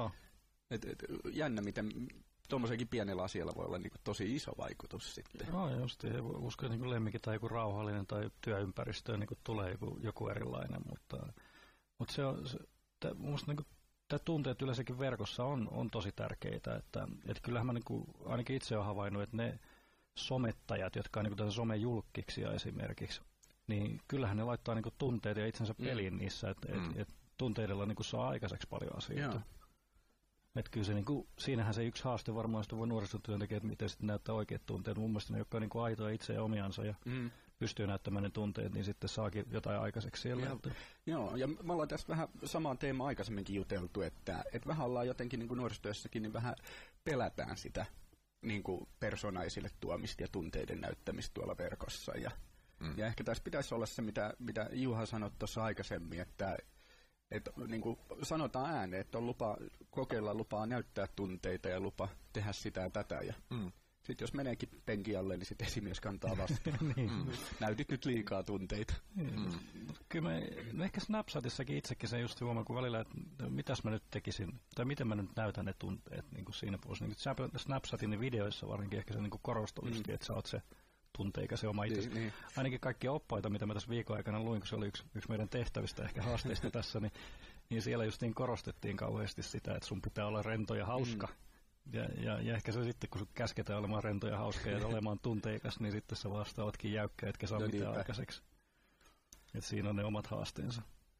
S2: Jännä, miten tuommoisenkin pienellä asialla voi olla niin kuin tosi iso vaikutus sitten.
S3: No just, uskon, että niin lemmikki tai joku rauhallinen tai työympäristöön niin tulee joku erilainen, mutta se on, minusta niin tämä tunteet yleensäkin verkossa on tosi tärkeitä, että kyllähän mä niin ainakin itse olen havainnut, että ne somettajat, jotka on niin somejulkkiksia esimerkiksi, niin kyllähän ne laittaa niin tunteita ja itsensä peliin niissä, että tunteidella niin saa aikaiseksi paljon asioita. Että kyllä se, niin kuin, siinähän se yksi haaste varmaan voi nuorisotyöntekijät, että miten sitten näyttää oikeat tunteet. Mun mielestä ne, jotka on niin aitoja itse ja omiansa ja pystyy näyttämään ne tunteet, niin sitten saakin jotain aikaiseksi siellä.
S2: Joo, ja me ollaan tässä vähän samaan teemaan aikaisemminkin juteltu, että vähän ollaan jotenkin niin kuin nuorisotyössäkin, niin vähän pelätään sitä niin kuin persoonallisille tuomista ja tunteiden näyttämistä tuolla verkossa. Ja ehkä tässä pitäisi olla se, mitä Juha sanoi tuossa aikaisemmin, että niin kuin sanotaan ääneen, että on lupaa näyttää tunteita ja lupa tehdä sitä ja tätä. Ja sitten jos meneekin penkin alle, niin sitten esimies kantaa vastaan. Näytit nyt liikaa tunteita.
S3: Kyllä me ehkä Snapchatissakin itsekin se just huomaa, kun välillä, että mitäs mä nyt tekisin, tai miten mä nyt näytän ne tunteet niin kuin siinä puolessa. Niin Snapchatin videoissa varsinkin ehkä se niin korostui, että sä oot se tunteikä se oma itsesi. Niin. Ainakin kaikkia oppaita, mitä mä tässä viikon aikana luin, kun se oli yksi meidän tehtävistä, ehkä haasteista tässä, niin siellä just niin korostettiin kauheasti sitä, että sun pitää olla rento ja hauska. Ja ehkä se sitten, kun käsketään olemaan rento ja hauska ja olemaan tunteikas, niin sitten sä vastaavatkin jäykkä, etkä saa mitään aikaiseksi. Että siinä on ne omat haasteensa.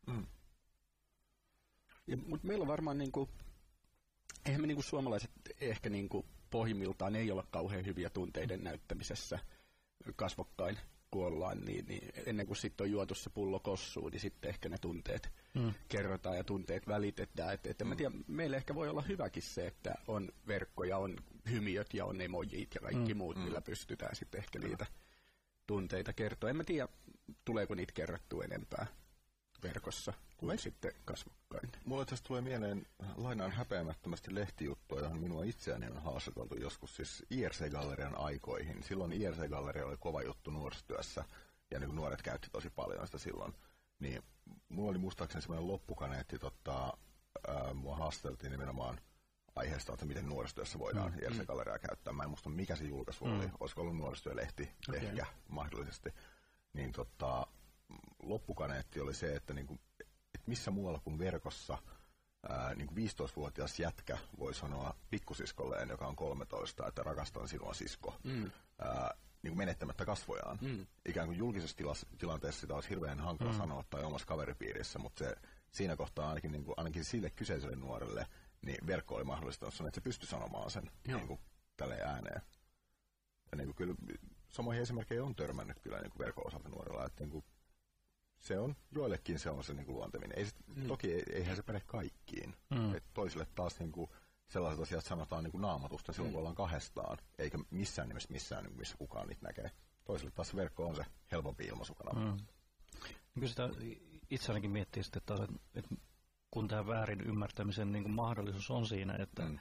S2: Mutta meillä on varmaan, niinku, eihän me niinku suomalaiset ehkä niinku pohjimmiltaan ei olla kauhean hyviä tunteiden näyttämisessä kasvokkain, kun ollaan, niin ennen kuin sitten on juotu se pullo kossuun, niin sitten ehkä ne tunteet kerrotaan ja tunteet välitetään. Mä tiedän, meille ehkä voi olla hyväkin se, että on verkkoja, on hymiöt ja on emojit ja kaikki muut, millä pystytään sitten ehkä niitä tunteita kertoa. En mä tiedä, tuleeko niitä kerrottua enempää verkossa kuin sitten kasvokkain.
S1: Mulle tästä tulee mieleen, lainaan häpeämättömästi lehtijuttua, johon minua itseäni on haastateltu joskus siis IRC-gallerian aikoihin. Silloin IRC-galleria oli kova juttu nuorisotyössä, ja niin nuoret käytti tosi paljon sitä silloin. Niin mulla oli muistaakseni semmoinen loppukaneetti, mua haastateltiin nimenomaan aiheesta, että miten nuorisotyössä voidaan IRC-galleriaa käyttää. Mä en muista mikä se julkaisu oli, olisiko ollut nuorisotyölehti ehkä mahdollisesti. Niin loppukaneetti oli se, että niinku, missä muualla kuin verkossa niin 15-vuotias jätkä voi sanoa pikkusiskolleen, joka on 13, että rakastan sinua, sisko, niin menettämättä kasvojaan. Ikään kuin julkisessa tilanteessa sitä olisi hirveän hankala sanoa tai omassa kaveripiirissä, mutta siinä kohtaa ainakin sille kyseiselle nuorelle niin verkko oli mahdollistanut sen, että se pystyi sanomaan sen niin kuin tälleen ääneen. Ja niin kuin kyllä samoihin esimerkkejä on törmännyt kyllä niin kuin verkon osalta nuorella, että niin kuin se on, joillekin se on se niin kuin luontevinen. Toki eihän se päde kaikkiin. Et toisille taas niin kuin sellaiset asiat sanotaan niin kuin naamatusta silloin, kun ollaan kahdestaan, eikä missään nimessä missä kukaan niitä näkee. Toisille taas verkko on se helpompi ilmaisukanava.
S3: Kyllä sitä itse ainakin miettii sitten taas, että kun tämä väärin ymmärtämisen niin kuin mahdollisuus on siinä, että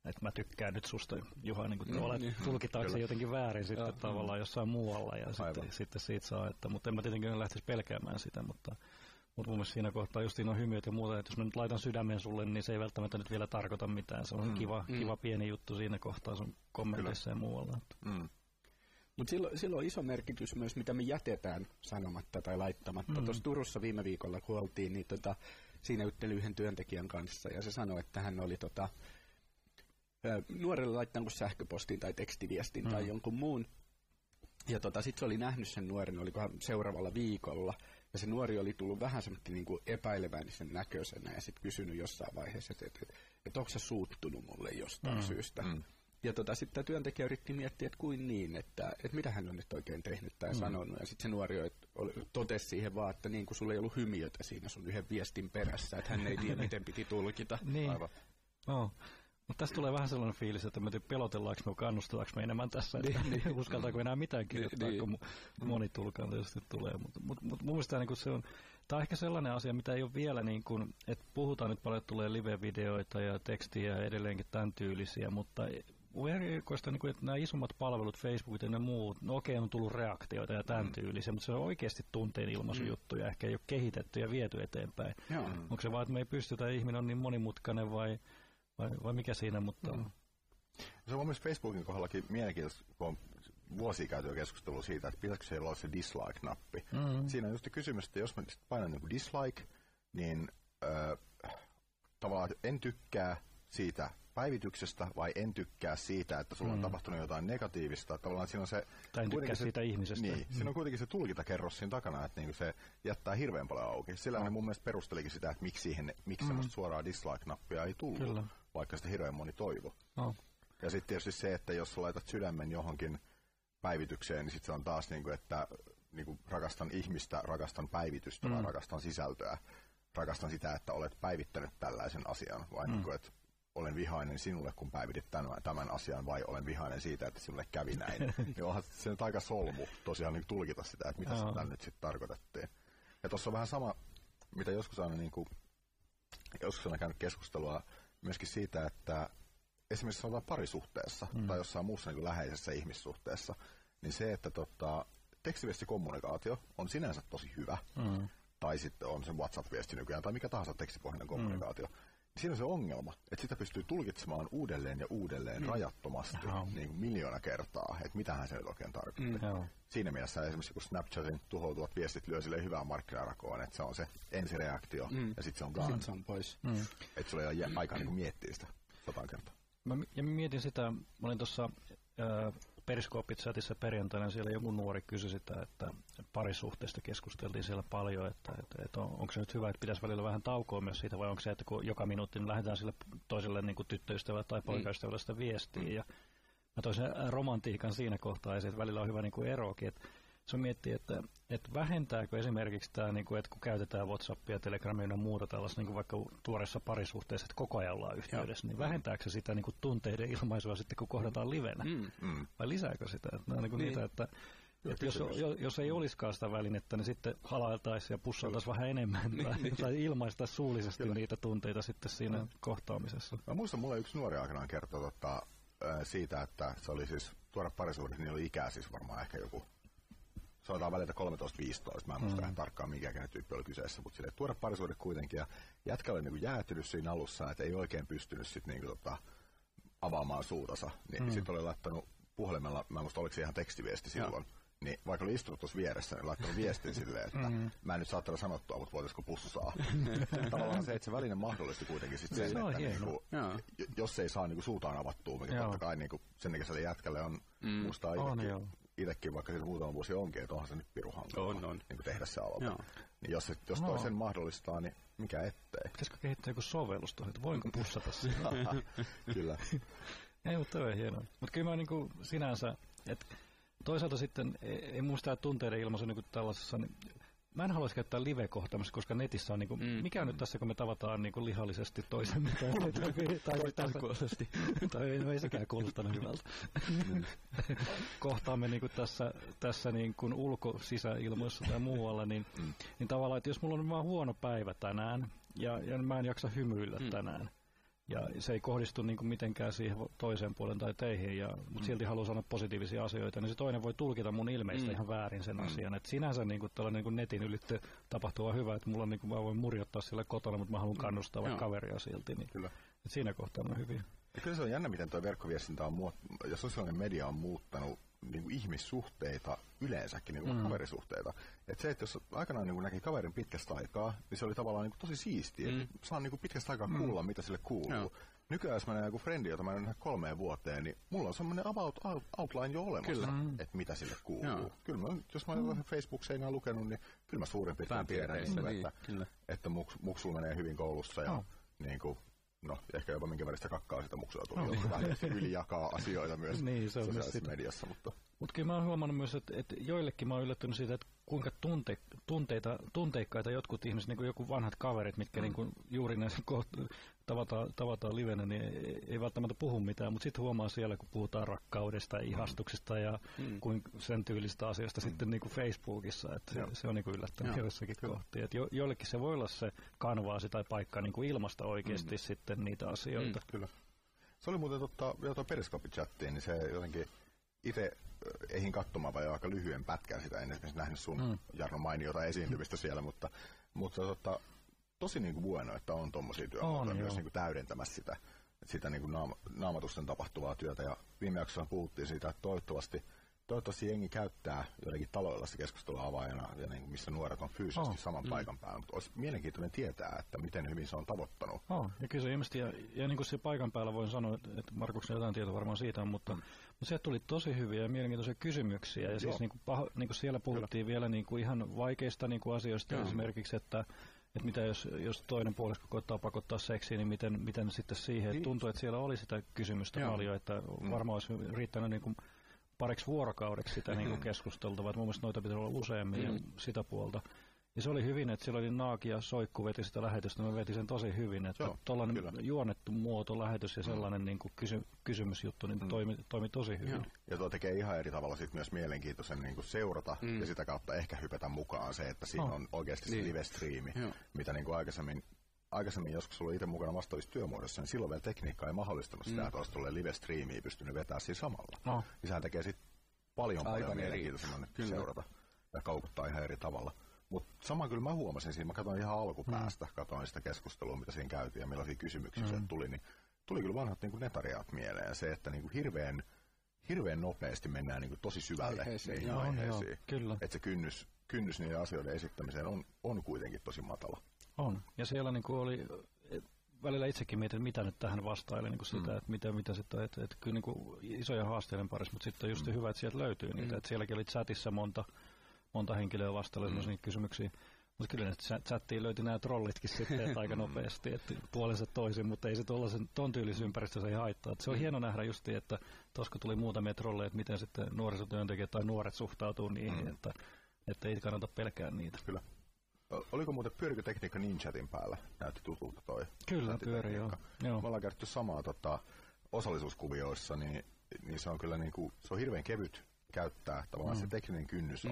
S3: että mä tykkään nyt susta, Juha, niin kuin tulkitaanko se jotenkin väärin sitten tavallaan jossain muualla ja sitten siitä saa, mutta en mä tietenkin lähtisi pelkäämään sitä, mutta mun mielestä siinä kohtaa justiin on hymiöt ja muuta, että jos mä nyt laitan sydämen sulle, niin se ei välttämättä nyt vielä tarkoita mitään, se on kiva pieni juttu siinä kohtaa sun kommenteissa ja muualla.
S5: Mutta silloin on iso merkitys myös, mitä me jätetään sanomatta tai laittamatta. Tuossa Turussa viime viikolla, kun oltiin, niin siinä jutteli yhden työntekijän kanssa, ja se sanoi, että hän oli nuorelle laittanut sähköpostin tai tekstiviestin tai jonkun muun. Ja sitten se oli nähnyt sen nuoren, olikohan seuraavalla viikolla, ja se nuori oli tullut vähän semmoinen niin kuin epäileväisen näköisenä, ja sitten kysynyt jossain vaiheessa, että onko sä suuttunut mulle jostain syystä. Ja sitten tämä työntekijä yritti miettiä, että kuin niin, että mitä hän on nyt oikein tehnyt tai sanonut. Ja sitten se nuori totesi siihen vaan, että niin kuin sulla ei ollut hymiötä siinä sun yhden viestin perässä, että hän ei tiedä, miten piti tulkita.
S3: Niin. Aivan. Mutta tässä tulee vähän sellainen fiilis, että me pelotellaanko me, kannustetaanko me enemmän tässä, että uskaltaako enää mitään kirjoittaa, kun monitulkaan tietysti tulee. Mutta mun mielestä niin se on, tämä on ehkä sellainen asia, mitä ei ole vielä, niin kuin, että puhutaan nyt paljon, että tulee live-videoita ja tekstiä ja edelleenkin tämän tyylisiä, mutta on erikoista, niin kuin, että nämä isommat palvelut, Facebookit ja ne muut, no okei, on tullut reaktioita ja tämän tyylisiä, mutta se on oikeasti tunteen ilmaisujuttuja, ehkä ei ole kehitetty ja viety eteenpäin. Onko se vaan, että me ei pystytä, ihminen on niin monimutkainen vai mikä siinä, mutta
S1: se on mun mielestä Facebookin kohdallakin mielenkiintoista, kun on vuosia käytyä keskustelua siitä, että pitäisikö siellä olla se dislike-nappi. Siinä on just kysymys, että jos mä painan niin dislike, niin tavallaan en tykkää siitä päivityksestä vai en tykkää siitä, että sulla on tapahtunut jotain negatiivista. Tavallaan siinä on se...
S3: Tai en tykkää siitä ihmisestä.
S1: Niin, siinä on kuitenkin se tulkintakerros siinä takana, että niinku se jättää hirveän paljon auki. Sillä ne mun mielestä perustelikin sitä, että miksi semmoista suoraa dislike-nappia ei tullut, kyllä, vaikka sitä hirveän moni toivo. Ja sitten tietysti se, että jos laitat sydämen johonkin päivitykseen, niin sitten se on taas niinku, että niinku rakastan ihmistä, rakastan päivitystä vai rakastan sisältöä. Rakastan sitä, että olet päivittänyt tällaisen asian, vai niinku, että olen vihainen sinulle, kun päivitit tämän asian, vai olen vihainen siitä, että sinulle kävi näin. Niin onhan se nyt aika solmu tosiaan niin tulkita sitä, että mitä sitä nyt sitten tarkoitettiin. Ja tuossa on vähän sama, mitä joskus on käynyt keskustelua myöskin siitä, että esimerkiksi sanotaan parisuhteessa tai jossain muussa niin kuin läheisessä ihmissuhteessa, niin se, että tekstiviestikommunikaatio on sinänsä tosi hyvä, tai sitten on se WhatsApp-viesti nykyään, tai mikä tahansa tekstipohjainen kommunikaatio. Siinä on se ongelma, että sitä pystyy tulkitsemaan uudelleen ja uudelleen rajattomasti niin kuin miljoona kertaa, että mitähän se nyt oikein tarkoittaa. Siinä mielessä esimerkiksi kun Snapchatin tuhoutuvat viestit lyö sille hyvään markkinarakoon, että se on se ensireaktio ja sitten se on gone.
S5: Se on pois.
S1: Että sulla ei ole aikaa niin miettiä sitä 100 kertaa.
S3: Mä mietin sitä, mä olin tuossa Periskooppit-chatissa perjantaina, siellä joku nuori kysyi sitä, että parisuhteesta keskusteltiin siellä paljon, että onko se nyt hyvä, että pitäisi välillä vähän taukoa myös siitä, vai onko se, että kun joka minuutti niin lähdetään sille toiselle niin kuin tyttöystävälle tai poikaystävälle sitä viestiä. Ja mä toin sen romantiikan siinä kohtaa, ja se, että välillä on hyvä niin kuin erokin, että se miettii, että vähentääkö esimerkiksi tämä, niin kuin, että kun käytetään WhatsAppia, Telegramia ja muuta tällaista, niin kuin vaikka tuoreessa parisuhteessa, että koko ajan ollaan yhteydessä, niin vähentääkö se sitä niin kuin tunteiden ilmaisua sitten, kun kohdataan livenä? Vai lisääkö sitä? Että, niin kuin niitä, että jos ei olisikaan sitä välinettä, niin sitten halailtaisiin ja pussailtaisiin vähän enemmän tai ilmaistaisiin suullisesti niitä tunteita sitten siinä kohtaamisessa.
S1: Mä muistan, mulle yksi nuori aikanaan kertoi siitä, että se oli siis tuore parisuhde, niin oli ikää siis varmaan ehkä joku, sanotaan välillä 13-15, mä en muista ihan tarkkaan mikä tyyppi oli kyseessä, mutta silleen tuore parisuhde kuitenkin, ja jätkä oli niin kuin jäätynyt siinä alussa, että ei oikein pystynyt sitten niin avaamaan suutansa, niin sitten oli laittanut puhelimella, mä en muista oliko se ihan tekstiviesti silloin, niin vaikka oli istunut tuossa vieressä, niin laittanut viestin silleen, että mä en nyt saa tällä sanottua, mutta voitaisiko pussaa. Tavallaan se, että se väline mahdollisti kuitenkin sitten sen, että niinku, jos ei saa niinku suutaan avattua, mikä totta kai niinku sen ikäiselle jätkälle on muistaa itsekin, vaikka siitä muutama vuosi onkin, että onhan se nyt piru hankala niin tehdä se aloite. Niin jos toi sen mahdollistaa, niin mikä ettei.
S3: Pitäisikö kehittää joku sovellus tuohon, että voinko pussata sen?
S1: Kyllä.
S3: Ei, mutta toi on hienoa. Mutta kyllä mä niinku sinänsä, että toisaalta sitten ei muista tunteiden ilmaisu niin tällaisessa, niin mä en haluaisi käyttää live-kohtaamista, koska netissä on niin kuin, mikä on nyt tässä, kun me tavataan niin kuin lihallisesti toisemme tai ei sekään kuulostanut hyvältä. Kohtaamme niin kuin tässä niin kuin ulko-sisäilmoissa tai muualla, niin tavallaan, että jos mulla on vaan huono päivä tänään ja mä en jaksa hymyillä tänään, Ja se ei kohdistu niin kuin mitenkään siihen toiseen puolen tai teihin, mutta silti haluaa sanoa positiivisia asioita, niin se toinen voi tulkita mun ilmeistä ihan väärin sen asian. Et sinänsä niin kuin tällainen niin kuin netin ylitse tapahtuva hyvä, että mulla on, niin kuin, mä voin murjottaa siellä kotona, mutta mä haluan kannustaa vaikka kaveria silti. Niin, kyllä. Et siinä kohtaa on hyviä.
S1: Ja kyllä se on jännä, miten tuo verkkoviestintä ja sosiaalinen media on muuttanut niin kuin ihmissuhteita yleensäkin, niin kuin kaverisuhteita. Että se, että jos aikanaan niin kuin näki kaverin pitkästä aikaa, niin se oli tavallaan niin kuin tosi siistiä. Että saa niin kuin pitkästä aikaa kuulla, mitä sille kuuluu. Nykyään jos mä näen joku frendi, jota mä en näe 3 vuoteen, niin mulla on semmoinen outline jo olemassa, että mitä sille kuuluu. Kyllä mä, jos mä olen Facebook-seinää lukenut, niin kyllä mä suurin piirtein tiedän, että muksulla menee hyvin koulussa ja niin kuin, no, ehkä jopa minkä välistä kakkaa sitä muksua tuli, joka vähän yli jakaa asioita myös
S3: niin,
S1: sosiaalisessa mediassa.
S3: Mutta kyllä mä oon huomannut myös, että joillekin mä oon yllättynyt siitä, että kuinka tunteikkaita jotkut ihmiset, niin kuin joku vanhat kaverit, mitkä niin kuin juuri näissä tavataan livenä, niin ei välttämättä puhu mitään, mutta sitten huomaa siellä, kun puhutaan rakkaudesta ja ihastuksesta ja sen tyylistä asioista sitten niin kuin Facebookissa, että se on niin kuin yllättänyt joissakin kohtia. Joillekin se voi olla se kanvaasi tai paikka niin kuin ilmasta oikeasti sitten niitä asioita.
S1: Kyllä. Se oli muuten vielä tuo Periscope-chattiin, niin se jotenkin itse eihin katsomaan vai aika lyhyen pätkän sitä, en esimerkiksi nähnyt sun Jarno mainiota esiintymistä siellä, mutta tosi niin kuin bueno, että on tommosia työmuotoja myös niin kuin täydentämässä sitä niin kuin naamatusten tapahtuvaa työtä. Ja viime jaksossa puhuttiin siitä, että toivottavasti jengi käyttää jotenkin taloilla se keskustelua avaajana, ja niin kuin missä nuoret on fyysisesti saman paikan päällä. Mutta olisi mielenkiintoinen tietää, että miten hyvin se on tavoittanut.
S3: Ja kyllä se ilmeisesti, ja niin kuin se paikan päällä voin sanoa, että Markuksella jotain tietoa varmaan siitä, mutta sieltä tuli tosi hyviä ja mielenkiintoisia kysymyksiä. Ja siis niin kuin siellä puhuttiin vielä niin kuin ihan vaikeista niin kuin asioista esimerkiksi, että mitä jos toinen puolisko koittaa pakottaa seksiin, niin miten sitten siihen. Tuntuu, että siellä oli sitä kysymystä paljon, että varmaan olisi riittänyt niin kuin pariksi vuorokaudeksi sitä niin kuin keskusteltavaa. Mun mielestä noita pitää olla useammin ja sitä puolta. Ja se oli hyvin, että siellä oli Naaki ja Soikku veti sitä lähetystä, mä vetin sen tosi hyvin. Että tuollainen juonnettu muoto lähetys ja sellainen niin kuin kysymysjuttu niin toimi tosi hyvin.
S1: Ja tuo tekee ihan eri tavalla sit myös mielenkiintoisen niin kuin seurata ja sitä kautta ehkä hypätä mukaan se, että siinä on oikeasti se live-striimi, mitä niin kuin aikaisemmin joskus ollut itse mukana vastaavissa työmuodossa, niin silloin vielä tekniikka ei mahdollistanut sitä, että olisi tullut live-striimiä pystynyt vetämään siinä samalla. Ja sehän tekee sitten paljon mielenkiintoisemman seurata ja kauputtaa ihan eri tavalla. Mutta sama kyllä mä huomasin siinä, mä katsoin ihan alkupäästä, katsoin sitä keskustelua, mitä siinä käytiin ja millaisia kysymyksiä sieltä tuli, niin tuli kyllä vanhat niin kuin netariaat mieleen. Ja se, että niin kuin hirveän nopeasti mennään niin kuin tosi syvälle niihin aiheisiin. Että se kynnys niiden asioiden esittämiseen on kuitenkin tosi matala.
S3: On. Ja siellä niin kuin oli, välillä itsekin mietin, mitä nyt tähän vastailen, niin kuin sitä, että mitä sitten, että kyllä niin kuin isoja haasteiden parissa, mutta sitten on just hyvä, että sieltä löytyy niitä. Että sielläkin oli chatissa monta henkilöä vastailla niitä kysymyksiä. Mutta kyllä ne chattiin löyti nämä trollitkin sitten aika nopeasti, että puolensa toisin, mutta ei se ton tyylisessä ympäristössä ei haittaa. Et se on hieno nähdä justiin, että tuossa tuli muutamia trolleja, että miten sitten nuorisotyöntekijät tai nuoret suhtautuu niihin, että ei kannata pelkää niitä.
S1: Kyllä. Oliko muuten pyörikö tekniikka Ninjatin päällä? Näytti tutulta toi.
S3: Kyllä, pyöri joo.
S1: Me ollaan käytetty samaa osallisuuskuvioissa, niin se on kyllä niinku, se on hirveän kevyt käyttää. Tavallaan se tekninen kynnys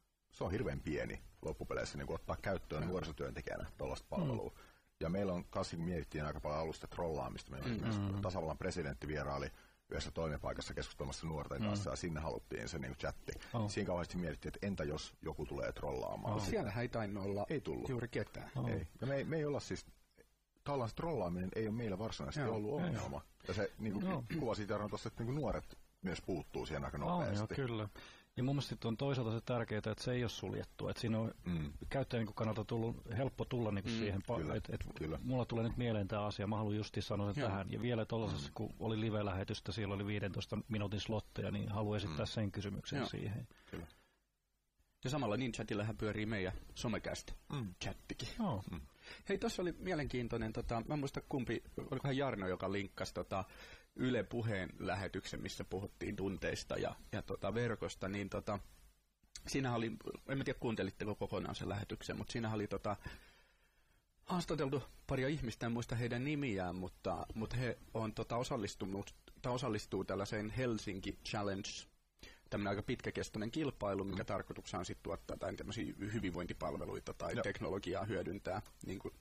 S1: on hirveän pieni loppupeleissä niin ottaa käyttöön nuorisotyöntekijänä tuollaista palvelua. Ja meillä on kanssa mietittiin aika paljon alusta trollaamista. Meillä oli myös tasavallan presidentti vieraili yhdessä toimipaikassa keskustelemassa nuorten kanssa ja sinne haluttiin se niin chatti. Siinä kauheasti mietittiin, että entä jos joku tulee trollaamaan.
S5: Siellähän ei tainnut olla juuri ketään.
S1: Ei. Ja me ei olla siis, tällainen trollaaminen ei ole meillä varsinaisesti ollut ongelma. Ja se niin kuvasi Jarno tuossa, että niin nuoret myös puuttuu siihen aika nopeasti.
S3: Kyllä. Ja mun mielestä on toisaalta se tärkeää, että se ei ole suljettu. Että siinä on käyttäjän kannalta helppo tulla niin siihen. Mulla tulee nyt mieleen tämä asia, mä haluan justiin sanoa sen tähän. Ja vielä tuollaisessa, kun oli live-lähetystä, siellä oli 15 minuutin slotteja, niin haluan esittää sen kysymyksen siihen.
S5: Kyllä. Ja samalla niin chatillähän pyörii meidän somekästä chattikin. Hei, tuossa oli mielenkiintoinen, mä en muista olikohan Jarno, joka linkkasi Yle Puheen lähetyksen, missä puhuttiin tunteista ja verkosta, niin siinä oli, en tiedä kuuntelitteko kokonaan sen lähetyksen, mutta siinä oli haastateltu paria ihmistä, en muista heidän nimiään, mutta he on osallistuu tällaiseen Helsinki Challenge, tämmöinen aika pitkäkestoinen kilpailu, mikä tarkoituksena on sitten tuottaa tämmöisiä hyvinvointipalveluita tai teknologiaa hyödyntää niin kuin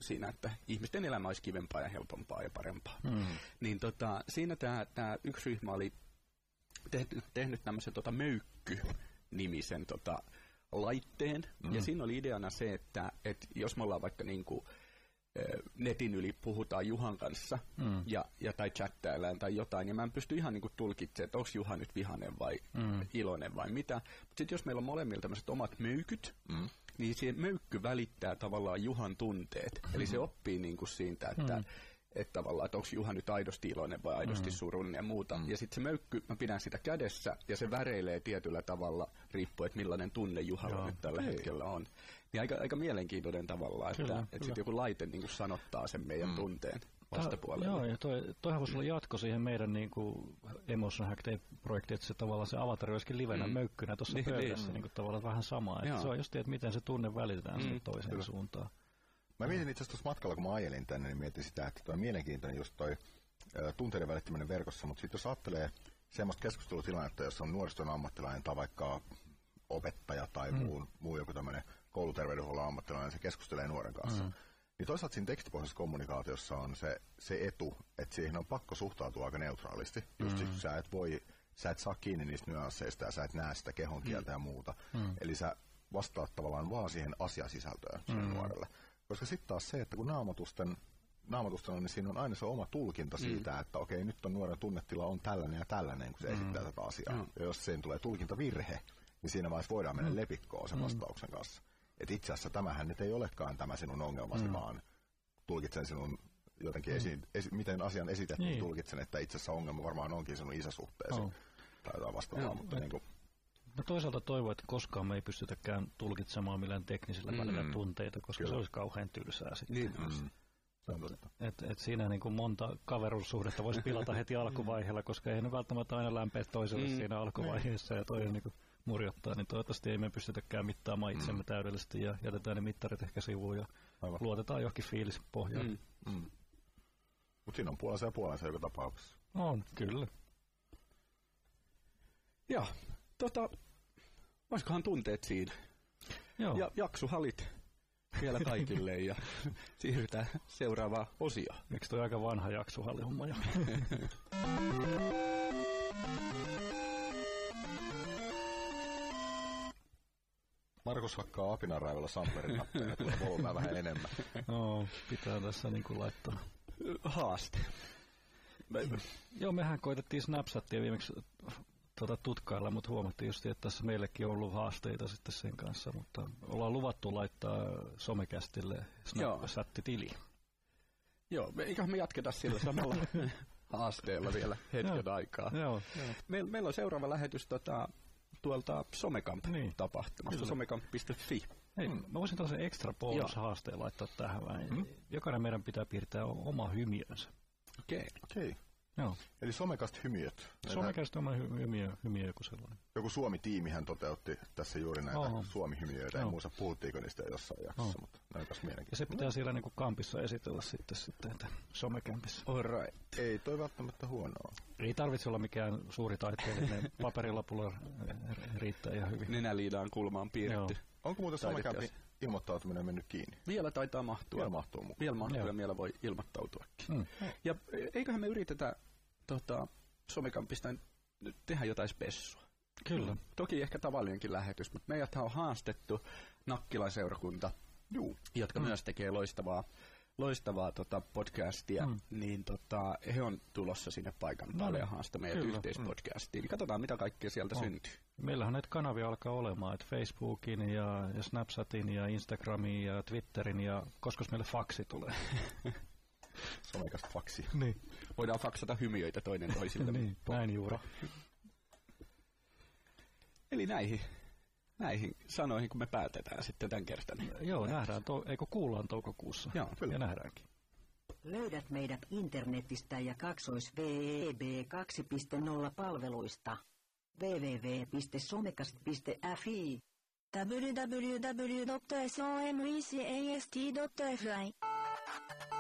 S5: siinä, että ihmisten elämä olisi kivempaa ja helpompaa ja parempaa. Niin siinä tämä yksi ryhmä oli tehnyt tämmöisen Möykky-nimisen laitteen, ja siinä oli ideana se, että jos me ollaan vaikka niinku netin yli puhutaan Juhan kanssa tai chattaillaan tai jotain, ja mä en pysty ihan niinku tulkitsemaan, että onko Juha nyt vihainen vai iloinen vai mitä. Mutta sitten jos meillä on molemmilla tämmöiset omat möykyt, niin se möykky välittää tavallaan Juhan tunteet. Eli se oppii niinku siitä, että tavallaan, että onko Juha nyt aidosti iloinen vai aidosti surullinen ja muuta. Ja sitten se möykky, mä pidän sitä kädessä, ja se väreilee tietyllä tavalla, riippuen, että millainen tunne Juhalla nyt tällä hetkellä on. Niin aika mielenkiintoinen tavallaan, että sitten joku laite niin kuin sanottaa sen meidän tunteen vastapuolelle.
S3: Joo, ja toihan voisi olla jatko siihen meidän niin kuin Emotion Hack Day-projektiin, että se tavallaan se avatari olisikin livenä möykkynä tuossa pöydässä, niin kuin tavallaan vähän samaa. Että se on just että miten se tunne välitetään sinne toiseen suuntaan.
S1: Mä mietin itse asiassa tuossa matkalla, kun mä ajelin tänne, niin mietin sitä, että toi on mielenkiintoinen just toi tunteiden välittäminen verkossa, mutta sitten jos ajattelee semmoista keskustelutilannetta, jossa on nuoriston ammattilainen tai vaikka opettaja tai muu joku tämmöinen kouluterveydenhuollon ammattilainen, se keskustelee nuoren kanssa, niin toisaalta siinä tekstipohjaisessa kommunikaatiossa on se etu, että siihen on pakko suhtautua aika neutraalisti. Just sä et saa kiinni niistä nyansseista ja sä et näe sitä kehonkieltä ja muuta. Eli sä vastaat tavallaan vaan siihen asiasisältöön nuorelle. Koska sitten taas se, että kun naamatusten on, niin siinä on aina se oma tulkinta siitä, että okei, nyt on nuoren tunnetila on tällainen ja tällainen, kun se esittää tätä asiaa. Ja jos siihen tulee tulkintavirhe, niin siinä vaiheessa voidaan mennä lepikkoon sen vastauksen kanssa. Että itse asiassa tämähän nyt ei olekaan tämä sinun ongelmasi, vaan tulkitsen sinun jotenkin miten asian esitetty, tulkitsen, että itse asiassa ongelma varmaan onkin sinun isäsuhteesi. Tai jotain vastaavaa, mutta niin kuin...
S3: No toisaalta toivon, että koskaan me ei pystytäkään tulkitsemaan millään teknisellä välillä tunteita, koska se olisi kauhean tylsää sitten. Et siinä niin kuin monta kaveruussuhdetta voisi pilata heti alkuvaiheella, koska ei ne välttämättä aina lämpeä toiselle siinä alkuvaiheessa ja toinen niin murjottaa, niin toivottavasti ei me pystytäkään mittaamaan itsemme täydellisesti ja jätetään ne mittarit ehkä sivuun ja luotetaan johonkin fiilispohjaan.
S1: Mutta siinä on puolensa ja puolensa joka tapauksessa.
S3: On, kyllä.
S5: Ja, olisikohan tunteet siinä?
S3: Joo.
S5: Ja jaksuhalit vielä kaikille ja siirrytään seuraavaan osioon.
S3: Eikö toi aika vanha jaksuhallihomma jo?
S1: Markus hakkaa apinanraivalla samplerin nappeja ja tulee volumea vähän enemmän.
S3: No, pitää tässä niinku laittaa.
S5: Haaste.
S3: Joo, mehän koitettiin Snapchatia viimeksi tutkailla, mutta huomattiin just, että tässä meillekin on ollut haasteita sitten sen kanssa, mutta ollaan luvattu laittaa Somekästille Snapchat-tili.
S5: Joo, eiköhän me jatketa sillä samalla haasteella vielä hetken aikaa.
S3: Joo.
S5: Meillä on seuraava lähetys tuolta Somecamp-tapahtumasta, somecamp.fi.
S3: Hei, mä voisin tällaisen extra bonus-haasteen laittaa tähän vähän. Jokainen meidän pitää piirtää oma hymiönsä.
S1: Okei.
S3: Joo.
S1: Eli Somecast-hymiöt.
S3: Somecast on hymiö joku sellainen.
S1: Joku Suomi-tiimihän toteutti tässä juuri näitä Suomi-hymiöitä. En muista, puhuttiinko niistä jossain jaksossa, mutta ne on myös mielenkiintoista.
S3: Ja se pitää siellä niinku kampissa esitellä sitten Somecampissa.
S1: Alright. Ei toi välttämättä huonoa.
S3: Ei tarvitse olla mikään suuri taiteellinen. Paperilapulla riittää ihan hyvin.
S5: Nenäliidaan kulmaan piirretty.
S1: Onko muuten Somecampin ilmoittautuminen mennyt kiinni?
S5: Vielä taitaa mahtua.
S1: Vielä mahtuu mukaan.
S5: Vielä mahtuu ja vielä voi ilmoittautuakin. Ja eiköhän me yritetä Somecampista nyt tehdä jotain spessua.
S3: Kyllä.
S5: Toki ehkä tavallinenkin lähetys, mutta meidäthän on haastettu Nakkilan seurakunta, jotka myös tekee loistavaa podcastia, niin he on tulossa sinne paikan päälle ja haastaa meidät yhteispodcastiin. Niin katsotaan, mitä kaikkea sieltä syntyy.
S3: Meillähän näitä kanavia alkaa olemaan, että Facebookin ja Snapchatin ja Instagramin ja Twitterin ja koska meille faksi tulee.
S1: Somecast faksi.
S3: Niin.
S5: Voidaan faksata hymiöitä toinen toisille.
S3: Niin, näin juuri.
S5: Eli näihin sanoihin, kun me päätetään sitten tämän kertan.
S3: Joo, nähdään, kuullaan toukokuussa.
S5: Joo,
S3: ja nähdäänkin.
S4: Löydät meidät internetistä ja /web 2.0 palveluista. www.somecast.fi
S6: www.somecast.fi